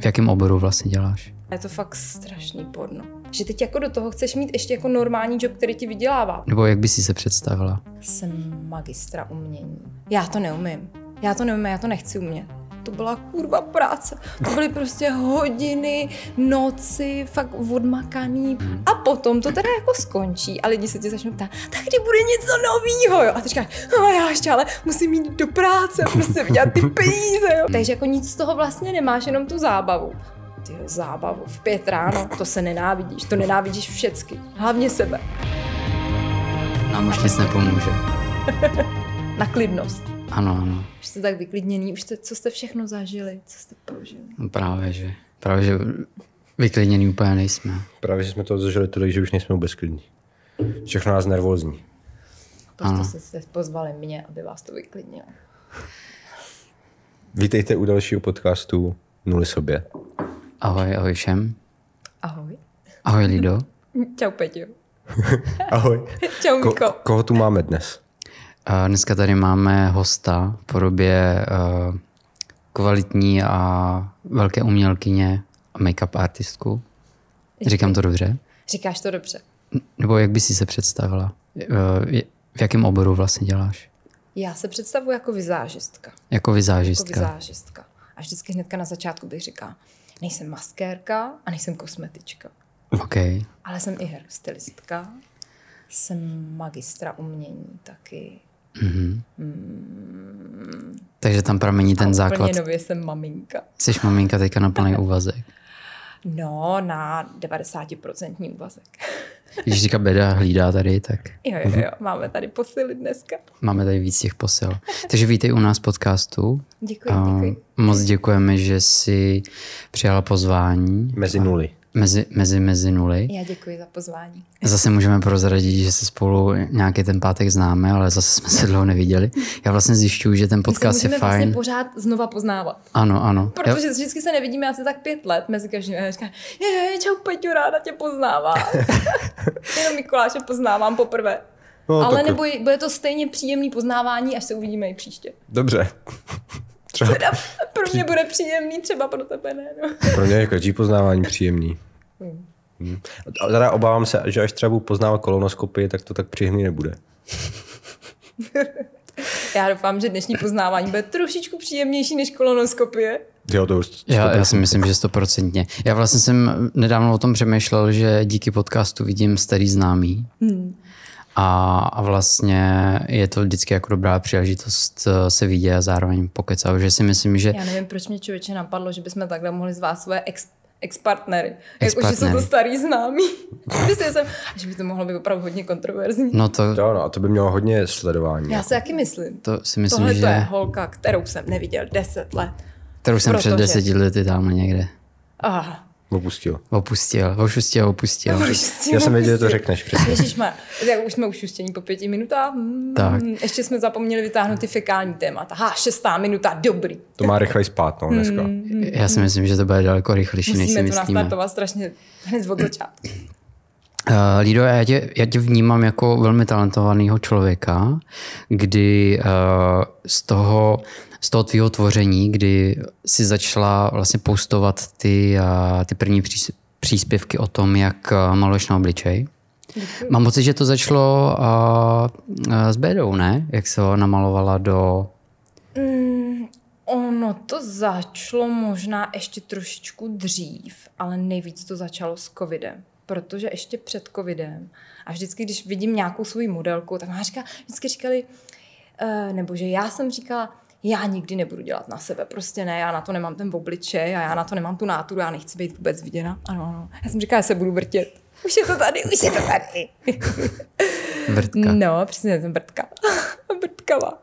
v jakém oboru vlastně děláš? Je to fakt strašný porno. Že teď jako do toho chceš mít ještě jako normální job, který ti vydělává. Nebo jak bys si se představila? Jsem magistra umění. Já to neumím, já to nechci umět. To byla kurva práce. To byly prostě hodiny, noci, fakt odmakaný. A potom to teda jako skončí a lidi se tě začnou ptát, tak kdy bude něco novýho, jo? A ty říkáš, no já ještě ale musím jít do práce, prostě vydělat ty peníze, jo? Takže jako nic z toho vlastně nemáš, jenom tu zábavu. Ty zábavu v 5 ráno, to se nenávidíš, to nenávidíš všecky, hlavně sebe. Nám už nic nepomůže. Na klidnost. Ano. Už jste tak vyklidněný, už jste, co jste všechno zažili, co jste prožili. No právě, že vyklidněný úplně nejsme. Právě, že jsme to zažili tolik, že už nejsme vůbec klidní. Všechno nás nervózní. Prostě jste pozvali mě, aby vás to vyklidnilo. Vítejte u dalšího podcastu Nuly sobě. Ahoj všem. Ahoj. Ahoj Lido. Čau Peťo. Ahoj. Čau Miko. Koho tu máme dnes? Dneska tady máme hosta v podobě kvalitní a velké umělkyně a make-up artistku. Říkám to dobře? Říkáš to dobře. Nebo jak bys si se představila? V jakém oboru vlastně děláš? Já se představuji jako vizážistka. Jako vizážistka. A vždycky hnedka na začátku bych říkala, nejsem maskérka a nejsem kosmetička. OK. Ale jsem i hairstylistka. Jsem magistra umění taky. Takže tam pramení ten základ. Úplně nově jsem maminka. Jsi maminka teďka na plný úvazek. No, na 90% úvazek. Když říká Beda hlídá tady, tak... Jo, máme tady posily dneska. Máme tady víc těch posil. Takže vítej u nás podcastu. Děkuji. Moc děkujeme, že jsi přijala pozvání. Mezi nuly. Mezi nuly. Já děkuji za pozvání. Zase můžeme prozradit, že se spolu nějaký ten pátek známe, ale zase jsme se dlouho neviděli. Já vlastně zjišťuji, že ten podcast je fajn. Vlastně pořád znova poznávat. Ano. Protože vždycky se nevidíme asi tak 5 let mezi každým. Já říkám, čau Peťo, ráda tě poznávám. Jenom Mikuláše poznávám poprvé. No, ale tak... neboj, bude to stejně příjemný poznávání, až se uvidíme i příště. Dobře. Třeba... Pro mě bude příjemný, třeba pro tebe ne. No. Pro mě je každý poznávání příjemný. A teda obávám se, že až třeba budu poznávat kolonoskopii, tak to tak příjemný nebude. Já doufám, že dnešní poznávání bude trošičku příjemnější než kolonoskopie. Jo, to už já si myslím, že 100%. Já vlastně jsem nedávno o tom přemýšlel, že díky podcastu vidím starý známý. A vlastně je to vždycky jako dobrá příležitost se vidět a zároveň pokecat, že si myslím, že... Já nevím, proč mě člověče napadlo, že bychom takhle mohli zvát svoje ex-partnery. Jakože jsou to starý známí. Že by to mohlo být opravdu hodně kontroverzní. No to... Jo, a to by mělo hodně sledování. Já si taky myslím. To si myslím, tohle že... to je holka, kterou jsem neviděl 10 let. Kterou jsem před 10 lety tam někde. Opustil. Já jsem věděl, že to řekneš přesně. Ježišmar, už jsme ušustění po 5 minutách. Tak. Ještě jsme zapomněli vytáhnout ty fekální témata. 6. minuta, dobrý. To má rychleji spát, no, dneska. Já si myslím, že to bude daleko rychlejší, než si myslíme. Musíme to nastartovat strašně hned od začátku. Lido, já tě vnímám jako velmi talentovaného člověka, kdy z toho tvýho tvoření, kdy si začala vlastně postovat ty první příspěvky o tom, jak maluješ na obličej. Děkuji. Mám pocit, že to začalo s Bédou, ne? Jak se ho namalovala do... Ono to začalo možná ještě trošičku dřív, ale nejvíc to začalo s covidem. Protože ještě před covidem a vždycky, když vidím nějakou svou modelku, tak vždycky říkali, nebo že já jsem říkala, já nikdy nebudu dělat na sebe, prostě ne, já na to nemám ten obličej a já na to nemám tu náturu, já nechci být vůbec viděna. Ano. Já jsem říkala, že se budu vrtět. Už je to tady. Vrtka. No, přesně, jsem vrtka. Vrtkava.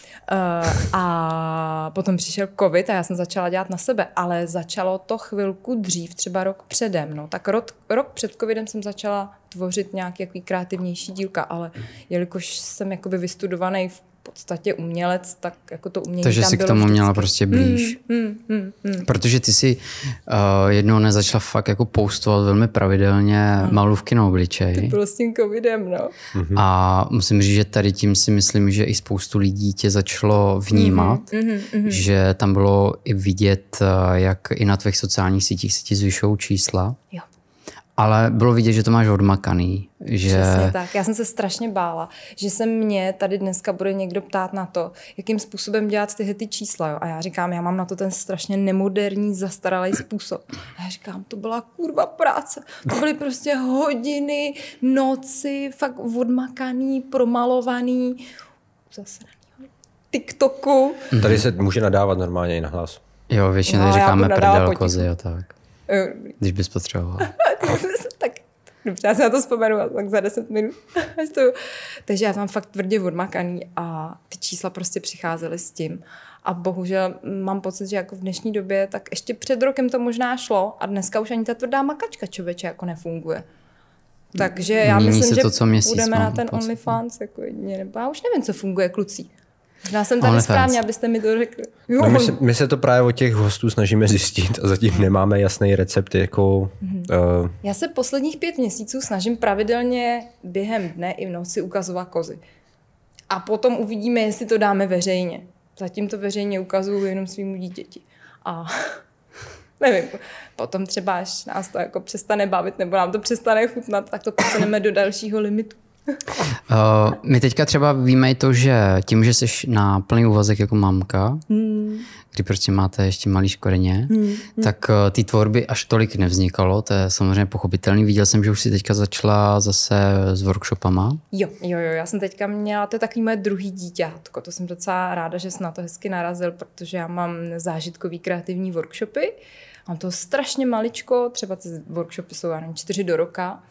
A potom přišel covid a já jsem začala dělat na sebe, ale začalo to chvilku dřív, třeba rok předem. No. Tak rok před covidem jsem začala tvořit nějaký kreativnější dílka, ale jelikož jsem jakoby vystudovaný v podstatě umělec, tak jako to umění Takže tam jsi k bylo tomu vždycky. měla prostě blíž. Protože ty si jednou nezačala fakt jako postovat velmi pravidelně malůvky na obličej. Bylo s tím covidem, no. A musím říct, že tady tím si myslím, že i spoustu lidí tě začalo vnímat, že tam bylo i vidět, jak i na tvých sociálních sítích se ti zvyšují čísla. Jo. Ale bylo vidět, že to máš odmakaný. Že... Přesně tak. Já jsem se strašně bála, že se mě tady dneska bude někdo ptát na to, jakým způsobem dělat tyhle ty čísla. Jo? A já říkám, já mám na to ten strašně nemoderní, zastaralý způsob. A já říkám, to byla kurva práce. To byly prostě hodiny, noci, fakt odmakaný, promalovaný, zasranýho TikToku. Tady se může nadávat normálně i na hlas. Jo, většinou No, říkáme já budu nadávat prdel, potichu. kozy a tak. Jo, Když bys potřeboval. tak dobře, já se na to vzpomenu tak za 10 minut. Takže já tam fakt tvrdě odmakaný a ty čísla prostě přicházely s tím. A bohužel mám pocit, že jako v dnešní době, tak ještě před rokem to možná šlo a dneska už ani ta tvrdá makačka člověče jako nefunguje. Takže já Mění myslím, se že to co měsíc, budeme na mám ten pocit. OnlyFans jako jedině, nebo já už nevím, co funguje, kluci. Možná jsem tady OnlyFans. správně, abyste mi to řekli. Jo. No my se to právě od těch hostů snažíme zjistit a zatím nemáme jasný recept, jako... Já se posledních 5 měsíců snažím pravidelně během dne i v noci ukazovat kozy. A potom uvidíme, jestli to dáme veřejně. Zatím to veřejně ukazuju jenom svýmu dítěti. A nevím, potom třeba, až nás to jako přestane bavit, nebo nám to přestane chutnat, tak to posuneme do dalšího limitu. My teďka třeba víme i to, že tím, že jsi na plný úvazek jako mamka, kdy prostě máte ještě malý škoreně, tak ty tvorby až tolik nevznikalo, to je samozřejmě pochopitelný. Viděl jsem, že už si teďka začala zase s workshopama. Jo, já jsem teďka měla, to je takový moje druhý díťátko, to jsem docela ráda, že jsi na to hezky narazil, protože já mám zážitkový kreativní workshopy, mám to strašně maličko, třeba ty workshopy jsou 4 do roka,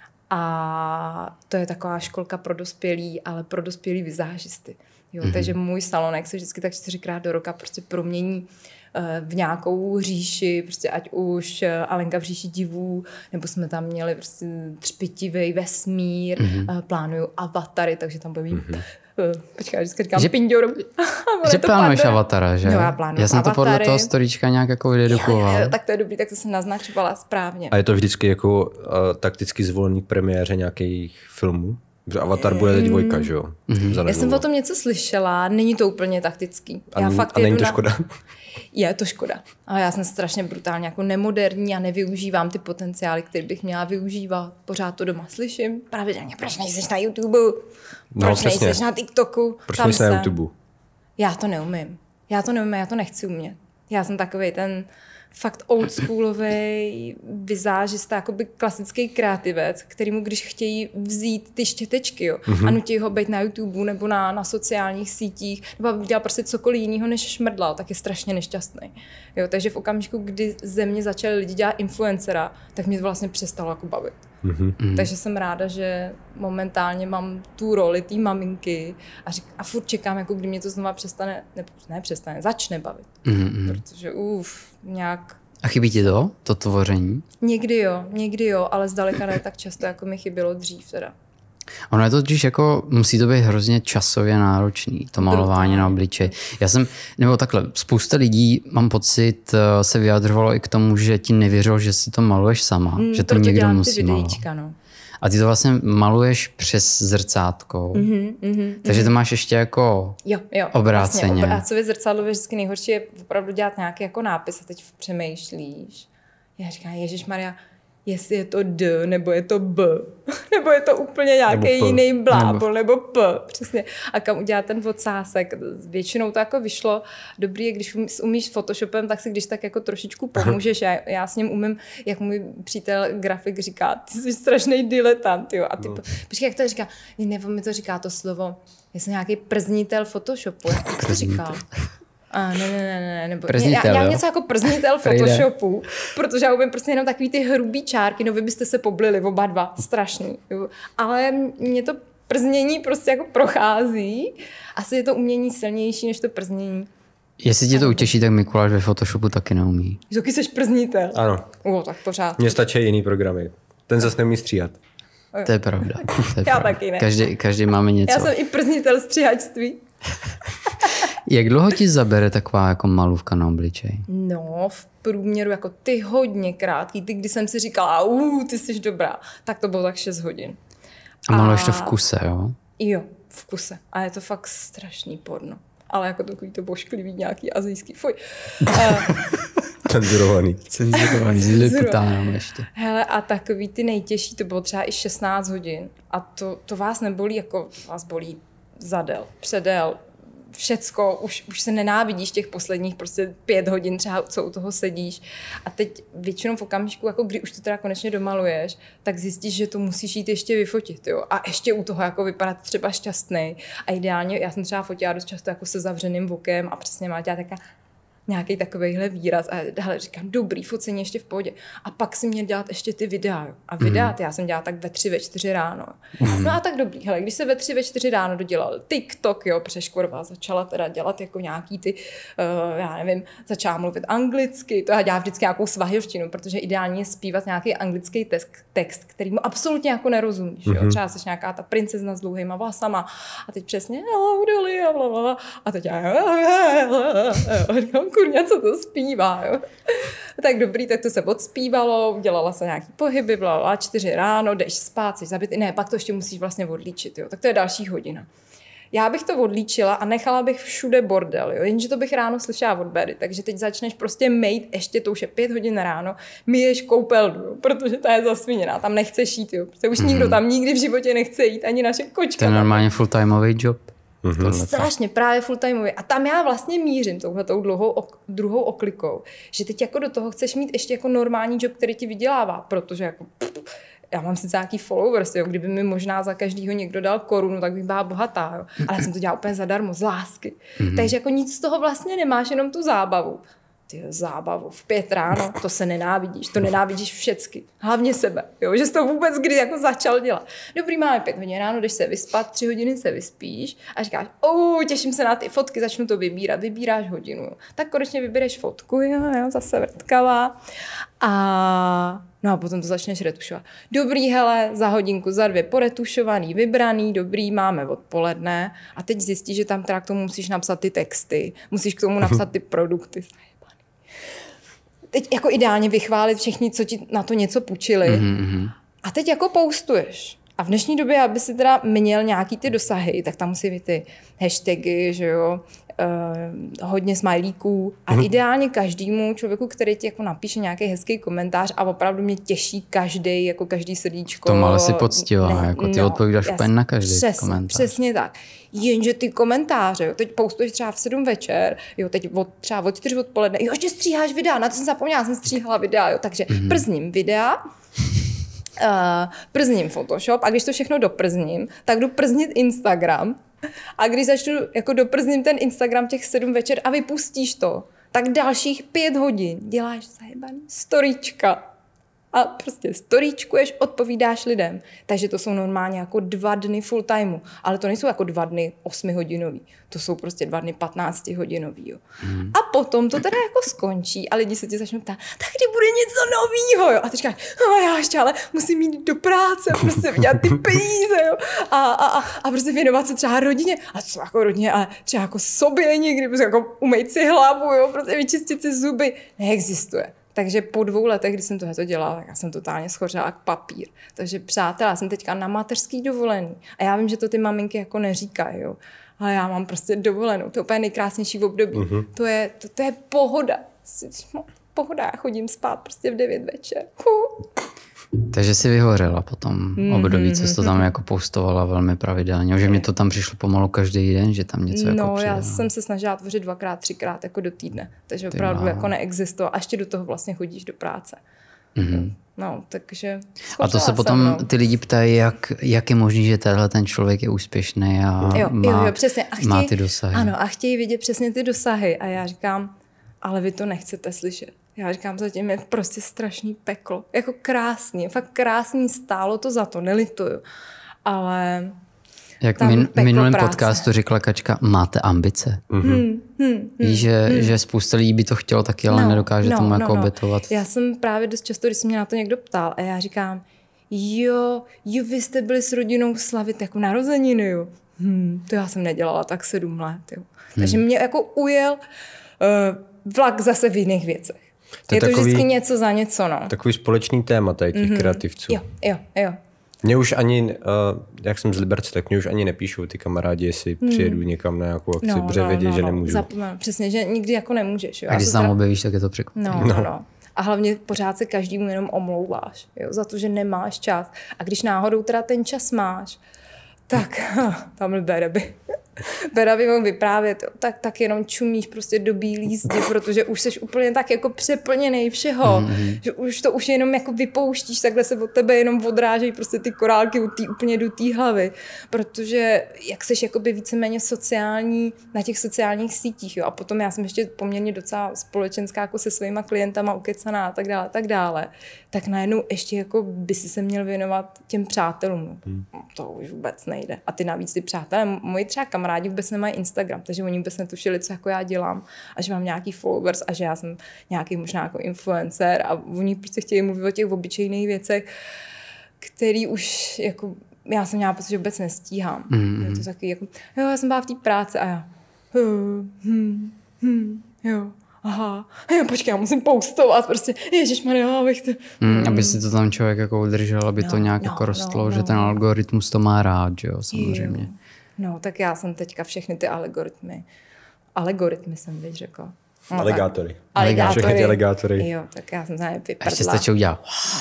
a to je taková školka pro dospělí, ale pro dospělí vizážisty. Jo, takže můj salonek se vždycky tak 4krát do roka prostě promění v nějakou říši, prostě ať už Alenka v říši divů, nebo jsme tam měli prostě třpitivý vesmír, plánuju avatary, takže tam bude počkej, vždycky říkám pindorum. Že plánuješ avatara, že? Jo, já plánuju Já jsem to podle avatary. toho storíčka nějak jako dedukoval. Jo, tak to je dobrý, tak to jsem naznačovala správně. A je to vždycky jako takticky zvolený k premiéře nějakých filmů? Protože Avatar bude teď 2, že jo? Já jsem o tom něco slyšela, není to úplně taktický. Já fakt a není jedu to škoda? Je to škoda. Ale já jsem strašně brutálně jako nemoderní a nevyužívám ty potenciály, které bych měla využívat. Pořád to doma slyším. Pravidelně, proč nejseš na YouTube? Proč nejseš na TikToku? Proč nejsi na YouTube? Já to neumím, já to nechci umět. Já jsem takovej ten fakt oldschoolový vizážista, jakoby klasický kreativec, kterýmu když chtějí vzít ty štětečky, jo, a nutí ho být na YouTube nebo na sociálních sítích, nebo aby dělal prostě cokoliv jiného než šmrdlal, tak je strašně nešťastný. Jo, takže v okamžiku, kdy ze mě začali lidi dělat influencera, tak mě to vlastně přestalo jako bavit. Takže jsem ráda, že momentálně mám tu roli té maminky a furt čekám, jako kdy mě to znova začne bavit. Protože nějak... A chybí ti to tvoření? Někdy jo, ale zdaleka ne tak často, jako mi chybělo dřív teda. Ono je to totiž jako, musí to být hrozně časově náročný, to malování na obličeji. Spousta lidí, mám pocit, se vyjadřovalo i k tomu, že ti nevěřilo, že si to maluješ sama, že to někdo musí malovat. No. A ty to vlastně maluješ přes zrcátko. Takže to máš ještě jako obráceně. Vlastně, obrácově zrcadlo vždycky nejhorší je opravdu dělat nějaký jako nápis a teď přemýšlíš. Já říkám, ježišmarja, jestli je to D, nebo je to B, nebo je to úplně nějaký jiný blábol, nebo P, přesně. A kam udělat ten odsásek. Většinou to jako vyšlo. Dobrý je, když umíš Photoshopem, tak si když tak jako trošičku pomůžeš. Já s ním umím, jak můj přítel grafik říká, ty jsi strašný diletant, jo. A ty, počkej, jak to říká? Nebo mi to říká to slovo, já jsem nějaký prznitel Photoshopu, jak to říkal? Ne, nebo já něco jako prznitel Photoshopu, protože já umím prostě jenom takový ty hrubý čárky, no vy byste se poblili oba dva, strašný. Jo. Ale mě to prznění prostě jako prochází, asi je to umění silnější než to prznění. Jestli tě to utěší, tak Mikuláš ve Photoshopu taky neumí. Taky seš prznitel. Ano. Tak pořád. Mně stačí jiný programy. Ten zase neumí stříhat. To je pravda. Já taky ne. Každý máme něco. Já jsem i prznitel stříhačství. Jak dlouho ti zabere taková jako malůvka na obličej? No, v průměru jako ty hodně krátký, ty, kdy jsem si říkala, ty jsi dobrá, tak to bylo tak 6 hodin. A maluješ to v kuse, jo? Jo, v kuse. A je to fakt strašný porno. Ale jako takový to bošklivý nějaký azijský, fuj. Cenzurovaný, zliputánem ještě. Hele, a takový ty nejtěžší, to bylo třeba i 16 hodin. A to vás nebolí, jako vás bolí zadel, předel, všecko, už se nenávidíš těch posledních prostě 5 hodin třeba, co u toho sedíš. A teď většinou v okamžiku, jako kdy už to teda konečně domaluješ, tak zjistíš, že to musíš jít ještě vyfotit, jo. A ještě u toho jako vypadat třeba šťastnej. A ideálně, já jsem třeba fotila dost často jako se zavřeným okem a přesně má tě taká nějaký takovejhle výraz a hele, říkám, dobrý, focení ještě v pohodě. A pak si měl dělat ještě ty videa. Jo. A videa, já jsem dělala tak ve 3, ve 4 ráno. No a tak dobrý, hele, když se ve 3, ve 4 ráno dodělal TikTok, jo, přeškvorba, začala teda dělat jako nějaký ty, já nevím, začala mluvit anglicky, to já dělám vždycky nějakou svahilštinu, protože ideálně je zpívat nějaký anglický text, který mu absolutně jako nerozumíš, jo. Třeba jsi nějaká ta princezna s dlouhýma vlasama a teď přesně hello, Dolly a blablabla a teď já kurňa, co to zpívá, jo. Tak dobrý, tak to se odspívalo, udělala se nějaký pohyby, blablabla, 4 ráno, jdeš spát, jsi zabitý, ne, pak to ještě musíš vlastně odlíčit, jo, tak to je další hodina. Já bych to odlíčila a nechala bych všude bordel, jo, jenže to bych ráno slyšela od Berry, takže teď začneš prostě mejt, ještě to už je 5 hodin ráno, myješ koupelnu, jo, protože ta je zasviněná, tam nechceš jít, jo, protože už nikdo tam nikdy v životě nechce jít, ani naše kočka. To je normálně full-timeový job. Strašně, právě full-timeově. A tam já vlastně mířím touhletou druhou oklikou, že teď jako do toho chceš mít ještě jako normální job, který ti vydělává, protože jako já mám sice nějaký followers, jo, kdyby mi možná za každýho někdo dal korunu, tak bych byla bohatá, jo. Ale já jsem to dělala úplně zadarmo, z lásky. Takže jako nic z toho vlastně nemáš, jenom tu zábavu. Ty zábavu v 5 ráno, to se nenávidíš, to nenávidíš všecky, hlavně sebe, jo, že jsi to vůbec kdy jako začal dělat. Dobrý, máme 5 hodin ráno, jdeš se vyspat, 3 hodiny se vyspíš a říkáš, těším se na ty fotky, začnu to vybíráš hodinu, jo. Tak konečně vybereš fotku, jo, zase vrtkala a potom to začneš retušovat. Dobrý, hele, za hodinku, za 2 poretušovaný, vybraný, dobrý, máme odpoledne a teď zjistíš, že tam teda k tomu musíš napsat ty texty, musíš k tomu napsat ty produkty. Teď jako ideálně vychválit všichni, co ti na to něco půjčili. A teď jako postuješ. A v dnešní době, aby si teda měl nějaký ty dosahy, tak tam musí být ty hashtagy, že jo, hodně smajlíků. A ideálně každému člověku, který ti jako napíše nějaký hezký komentář a opravdu mě těší každý srdíčko. To ale si poctivá, jako ty odpovídáš úplně na každý komentář. Přesně tak. Jenže ty komentáře, jo, teď postuješ třeba v 7 večer, jo, teď třeba od 4 odpoledne, jo, ještě stříháš videa, na to jsem zapomněla, jsem stříhala videa, jo, takže przním videa, przním Photoshop a když to všechno doprzním, tak jdu prznit Instagram a když začnu jako doprzním ten Instagram těch 7 večer a vypustíš to, tak dalších 5 hodin děláš zajebaný storíčka. A prostě storíčkuješ, odpovídáš lidem. Takže to jsou normálně jako 2 dny full timeu. Ale to nejsou jako 2 dny 8hodinový. To jsou prostě 2 dny 15hodinový. Jo. A potom to teda jako skončí a lidi se ti začnou ptát, tak kdy bude něco novýho, jo. A ty říkáš, já ještě ale musím jít do práce, prostě vydělat ty peníze, jo. A prostě věnovat se třeba rodině. A co jako rodině, ale třeba jako sobě někdy, prostě jako umýt si hlavu, jo, prostě vyčistit si zuby. Neexistuje. Takže po 2 letech, kdy jsem tohleto dělala, tak já jsem totálně schořela jak papír. Takže přátelé, já jsem teďka na mateřský dovolený. A já vím, že to ty maminky jako neříkají, jo. Ale já mám prostě dovolenou. To je úplně nejkrásnější v období. To je pohoda. Pohoda, já chodím spát prostě v 9 večer. Takže jsi vyhořela po tom období, co jsi to tam jako postovala velmi pravidelně. Že mě to tam přišlo pomalu každý den, že tam něco jako přidala. Já jsem se snažila tvořit 2x, 3x jako do týdne. Takže opravdu jako neexistuje. A ještě do toho vlastně chodíš do práce. No, takže a to se potom ty lidi ptají, jak je možný, že ten člověk je úspěšný a přesně. Má ty dosahy. Ano, a chtějí vidět přesně ty dosahy. A já říkám, ale vy to nechcete slyšet. Já říkám, zatím je prostě strašný peklo. Jako krásný, fakt krásný, stálo to za to, nelituju. Ale jak minulém podcastu řekla Kačka, máte ambice. Víš, že spousta lidí by to chtělo taky, ale nedokáže tomu jako obětovat. Já jsem právě dost často, když se mě na to někdo ptal a já říkám, jo, vy jste byli s rodinou slavit jako narozeniny, jo. to já jsem nedělala tak 7 let. Jo. Takže mě jako ujel vlak zase v jiných věcech. Je to vždycky něco za něco, no. Takový společný téma tady těch kreativců. Jo. Mě už ani, jak jsem z Liberce, tak mě už ani nepíšou ty kamarádi, jestli přijedu někam na nějakou akci, protože vědí, že nemůžu. Přesně, že nikdy jako nemůžeš. Jo. A když se tam objevíš, tak je to překvapení. No. A hlavně pořád se každému jenom omlouváš, jo, za to, že nemáš čas. A když náhodou teda ten čas máš, tak tam Beraby mu vyprávět, tak jenom čumíš prostě do bílý zdi, protože už jsi úplně tak jako přeplněnej všeho, že už jenom jako vypouštíš, takhle se od tebe jenom odrážejí prostě ty korálky úplně do té hlavy, protože jak jsi jakoby víceméně sociální na těch sociálních sítích, jo, a potom já jsem ještě poměrně docela společenská jako se svýma klientama ukecaná a tak dále, tak najednou ještě jako by si se měl věnovat těm přátelům. To už vůbec nejde. A ty navíc ty přátelé, moji třeba kamarádi vůbec nemají Instagram, takže oni vůbec netušili, co jako já dělám a že mám nějaký followers a že já jsem nějaký možná jako influencer a oni prostě chtějí mluvit o těch obyčejných věcech, který už jako já jsem měla pocit, že vůbec nestíhám. Je to takový jako, jo, já jsem byla v té práci a já jo. Aha, počkej, já musím postovat, prostě, ježišmarja, abych to... Aby si to tam člověk jako udržel, aby to nějak jako rostlo, že ten algoritmus to má rád, že jo, samozřejmě. Jo. No, tak já jsem teďka všechny ty algoritmy jsem teď řekla. No, Aligátory. Aligátory. Všechny ty aligátory. Jo, tak já jsem zájem vypadla. A ještě stačí udělat.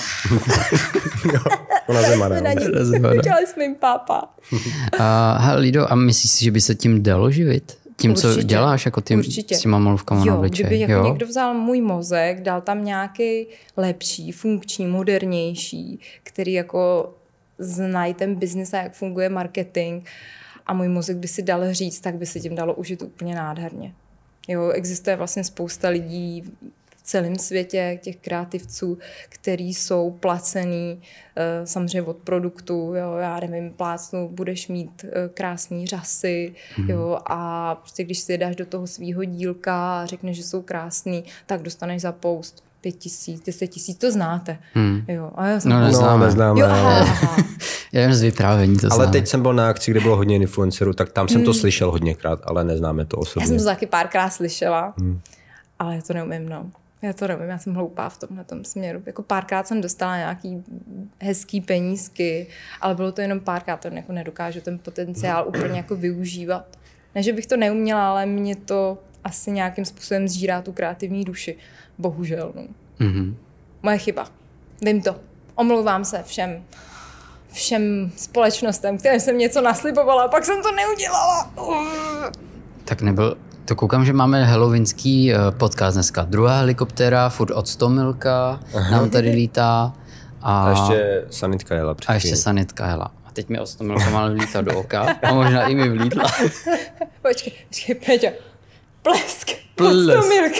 Ona zemana. Udělali jsme jim pápa. Lido, a myslíš si, že by se tím dalo živit? Tím, určitě, co děláš, jako s těma mluvkama na obličeji. Kdyby jako někdo vzal můj mozek, dal tam nějaký lepší, funkční, modernější, který jako znají ten biznis a jak funguje marketing a můj mozek by si dal říct, tak by se tím dalo užít úplně nádherně. Jo, existuje vlastně spousta lidí v celém světě, těch kreativců, který jsou placený samozřejmě od produktu, jo, já nevím, plácnu, budeš mít krásný řasy, jo, a prostě když si dáš do toho svýho dílka a řekneš, že jsou krásný, tak dostaneš za post 5 000, 10 000, to znáte. Jo, a já jsem neznáme. Jo, Já jen z vyprávění to ale známe. teď jsem byl na akci, kde bylo hodně influencerů, tak tam jsem to slyšel hodněkrát, ale neznáme to osobně. Já jsem to taky párkrát slyšela, ale já to neumím, no. Já jsem hloupá v tomhletom směru. Jako párkrát jsem dostala nějaký hezký penízky, ale bylo to jenom párkrát, to jako nedokážu ten potenciál úplně jako využívat. Ne, že bych to neuměla, ale mě to asi nějakým způsobem zžírá tu kreativní duši. Bohužel, no. Moje chyba. Vím to. Omlouvám se všem společnostem, kterým jsem něco naslibovala a pak jsem to neudělala. Tak nebyl... To koukám, že máme halloweenský podcast dneska. Druhá helikoptéra, furt od Stomilka, nám tady lítá. A ještě sanitka jela. A ještě sanitka jela. A teď mi od Stomilka má vlítat do oka a možná i mi vlídla. Počkej, Peťo. Plesk. Od Stomilka.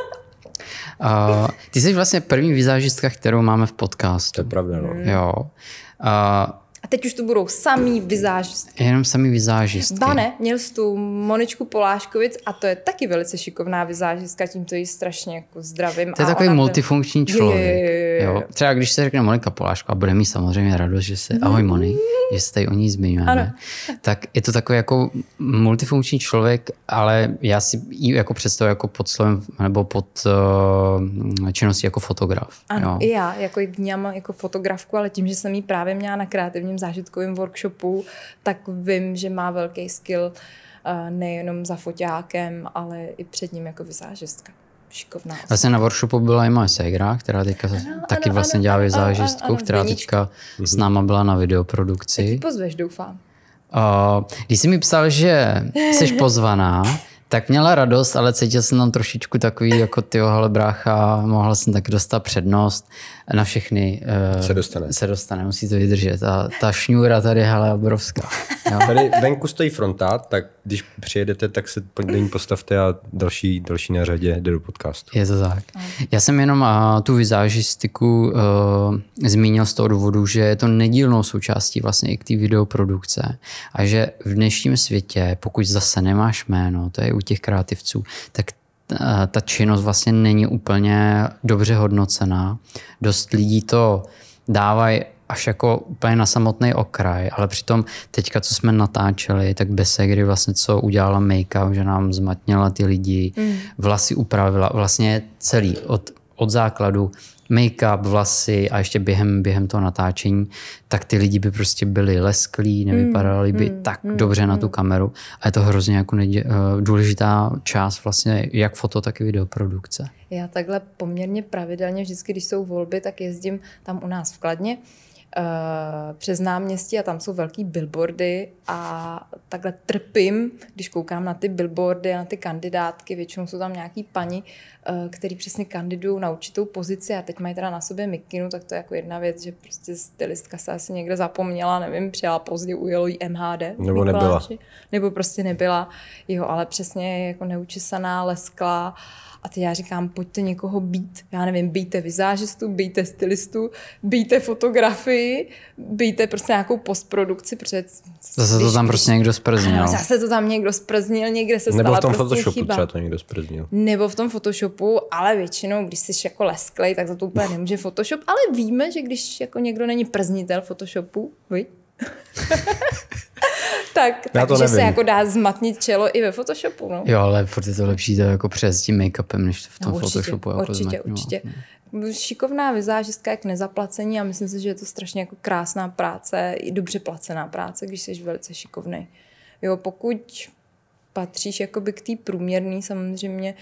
Ty jsi vlastně první vizážistka, kterou máme v podcastu. To je pravda, no. Jo. A teď už to budou samý vizážistky. Jenom samý vizážistky. Bane, měl jsi tu Moničku Poláškovic a to je taky velice šikovná vizážistka, tímto ji strašně jako zdravím. To je takový multifunkční člověk. Jo. Třeba když se řekne Monika Poláško a bude mít samozřejmě radost, že se, ahoj Moni, že se tady o ní zmiňujeme, tak je to takový jako multifunkční člověk, ale já si ji jako představuji jako pod slovem nebo pod činností jako fotograf. Ano, jo. I já, jako vnímám jako fotografku, ale tím, že jsem ji právě měla na kreativním zážitkovém workshopu, tak vím, že má velký skill nejenom za foťákem, ale i před ním jako vizážistka. Šikovná. Vlastně na workshopu byla i moje ségra, která teďka taky vlastně dělá vizážistku, která teďka s náma byla na videoprodukci. Tak ji pozveš, doufám. Když jsi mi psal, že jsi pozvaná, tak měla radost, ale cítil jsem tam trošičku takový, jako tyjo, hele brácha, mohla jsem tak dostat přednost. Na všechny se dostane, musí to vydržet. A ta šňůra tady je hele obrovská. Jo? Tady venku stojí fronta, tak když přijedete, tak se do ní postavte a další na řadě jde do podcastu. Je to tak. Já jsem jenom tu vizážistiku zmínil z toho důvodu, že je to nedílnou součástí vlastně i k té videoprodukce a že v dnešním světě, pokud zase nemáš jméno, to je u těch kreativců, tak ta činnost vlastně není úplně dobře hodnocená. Dost lidí to dávají až jako úplně na samotný okraj, ale přitom teďka, co jsme natáčeli, tak Besegry vlastně co udělala make-up, že nám zmatnila ty lidi, vlasy upravila, vlastně celý, od základu, make-up, vlasy a ještě během toho natáčení, tak ty lidi by prostě byli lesklí, nevypadali by tak dobře na tu kameru a je to hrozně jako důležitá část vlastně jak foto, tak i videoprodukce. Já takhle poměrně pravidelně, vždycky, když jsou volby, tak jezdím tam u nás v Kladně přes náměstí a tam jsou velký billboardy a takhle trpím, když koukám na ty billboardy a na ty kandidátky, většinou jsou tam nějaký paní, který přesně kandidují na určitou pozici a teď mají teda na sobě mikinu, tak to je jako jedna věc, že prostě stylistka se asi někde zapomněla, nevím, přijela pozdě, ujelo jí MHD. Nebo nebyla. Nebo prostě nebyla, jo, ale přesně jako neučesaná, lesklá. A teď já říkám, pojďte někoho být. Já nevím, bijte vizážistu, bijte stylistu, bijte fotografii, bijte prostě nějakou postprodukci. Zase to tam prostě někdo sprznil. Zase to tam někdo sprznil, někde se stala Nebo v tom prostě Photoshopu chyba. třeba to někdo sprznil. Nebo v tom Photoshopu, ale většinou, když jsi jako lesklej, tak za to úplně nemůže Photoshop. Ale víme, že když jako někdo není prznitel Photoshopu, viď? takže se jako dá zmatnit čelo i ve Photoshopu. No. Jo, ale furt je to lepší to jako přes tím make-upem, než v tom Photoshopu. Určitě. Šikovná vizážistka jak nezaplacení a myslím si, že je to strašně jako krásná práce, i dobře placená práce, když jsi velice šikovnej. Jo, pokud patříš jakoby k té průměrné samozřejmě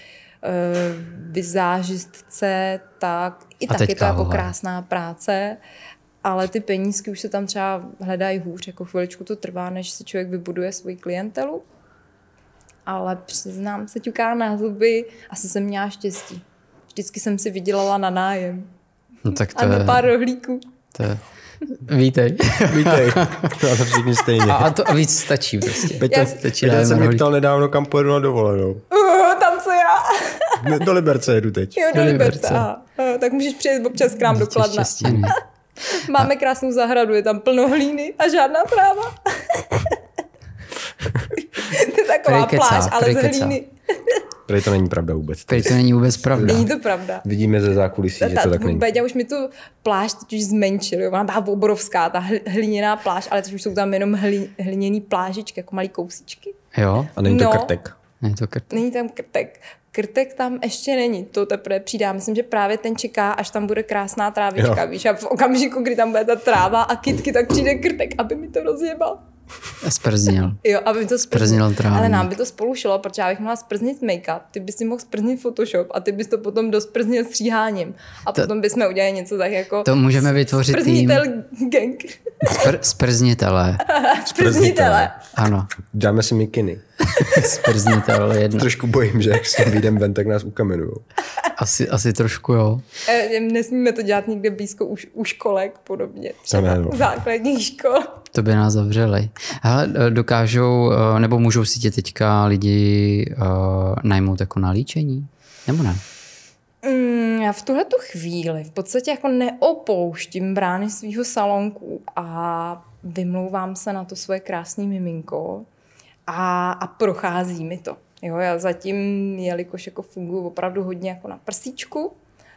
vizážistce, tak i tak je to jako krásná práce. Ale ty penízky už se tam třeba hledají hůř, jako chviličku to trvá, než si člověk vybuduje svoji klientelu. Ale přiznám se, ťuká na zuby, asi jsem měla štěstí. Vždycky jsem si vydělala na nájem. No tak to a na pár rohlíků. Vítej. To všichni stejně. A víc stačí prostě. Peťa se mě ptal nedávno, kam pojedu na dovolenou. Tam co já. Do Liberce jedu teď. Jo, do Liberce. Tak můžeš přijet občas k nám do Kladna. Máme krásnou zahradu, je tam plno hlíny a žádná tráva. To je taková pláž, ale z hlíny. Tady to není pravda vůbec. Tady to není vůbec pravda. Není to pravda. Vidíme ze zákulisí, že to tak není. Beďa už mi tu pláž teď už zmenšil. Ona byla obrovská, ta hliněná pláž, ale teď už jsou tam jenom hliněný plážičky, jako malý kousíčky. Jo? A není to krtek? Není tam krtek. Krtek tam ještě není, to teprve přijde. Myslím, že právě ten čeká, až tam bude krásná trávička, víš, a v okamžiku, kdy tam bude ta tráva a kytky, tak přijde krtek, aby mi to rozjebal. Sprznil. Jo, aby to sprznil trávník. Ale nám by to spolu šlo, protože já bych mohla sprznit make-up, ty bys si mohl sprznit Photoshop a ty bys to potom dosprznil stříháním. A potom bychom udělali něco tak jako... To můžeme vytvořit Sprznitel gang. Sprznitele. Sprznitele. Ano. Dáme si mikiny. Sprznitele jedna. Trošku bojím, že jak se vyjdem ven, tak nás ukamenujou. Asi trošku, jo. Nesmíme to dělat někde blízko u školek podobně. Třeba u základních škol. To by nás zavřeli. Hele, dokážou, nebo můžou si tě teďka lidi najmout jako na líčení? Nebo ne? Já v tuhletu chvíli v podstatě jako neopouštím brány svýho salonku a vymlouvám se na to svoje krásné miminko a prochází mi to. Jo, já zatím, jelikož jako funguji opravdu hodně jako na prsíčku,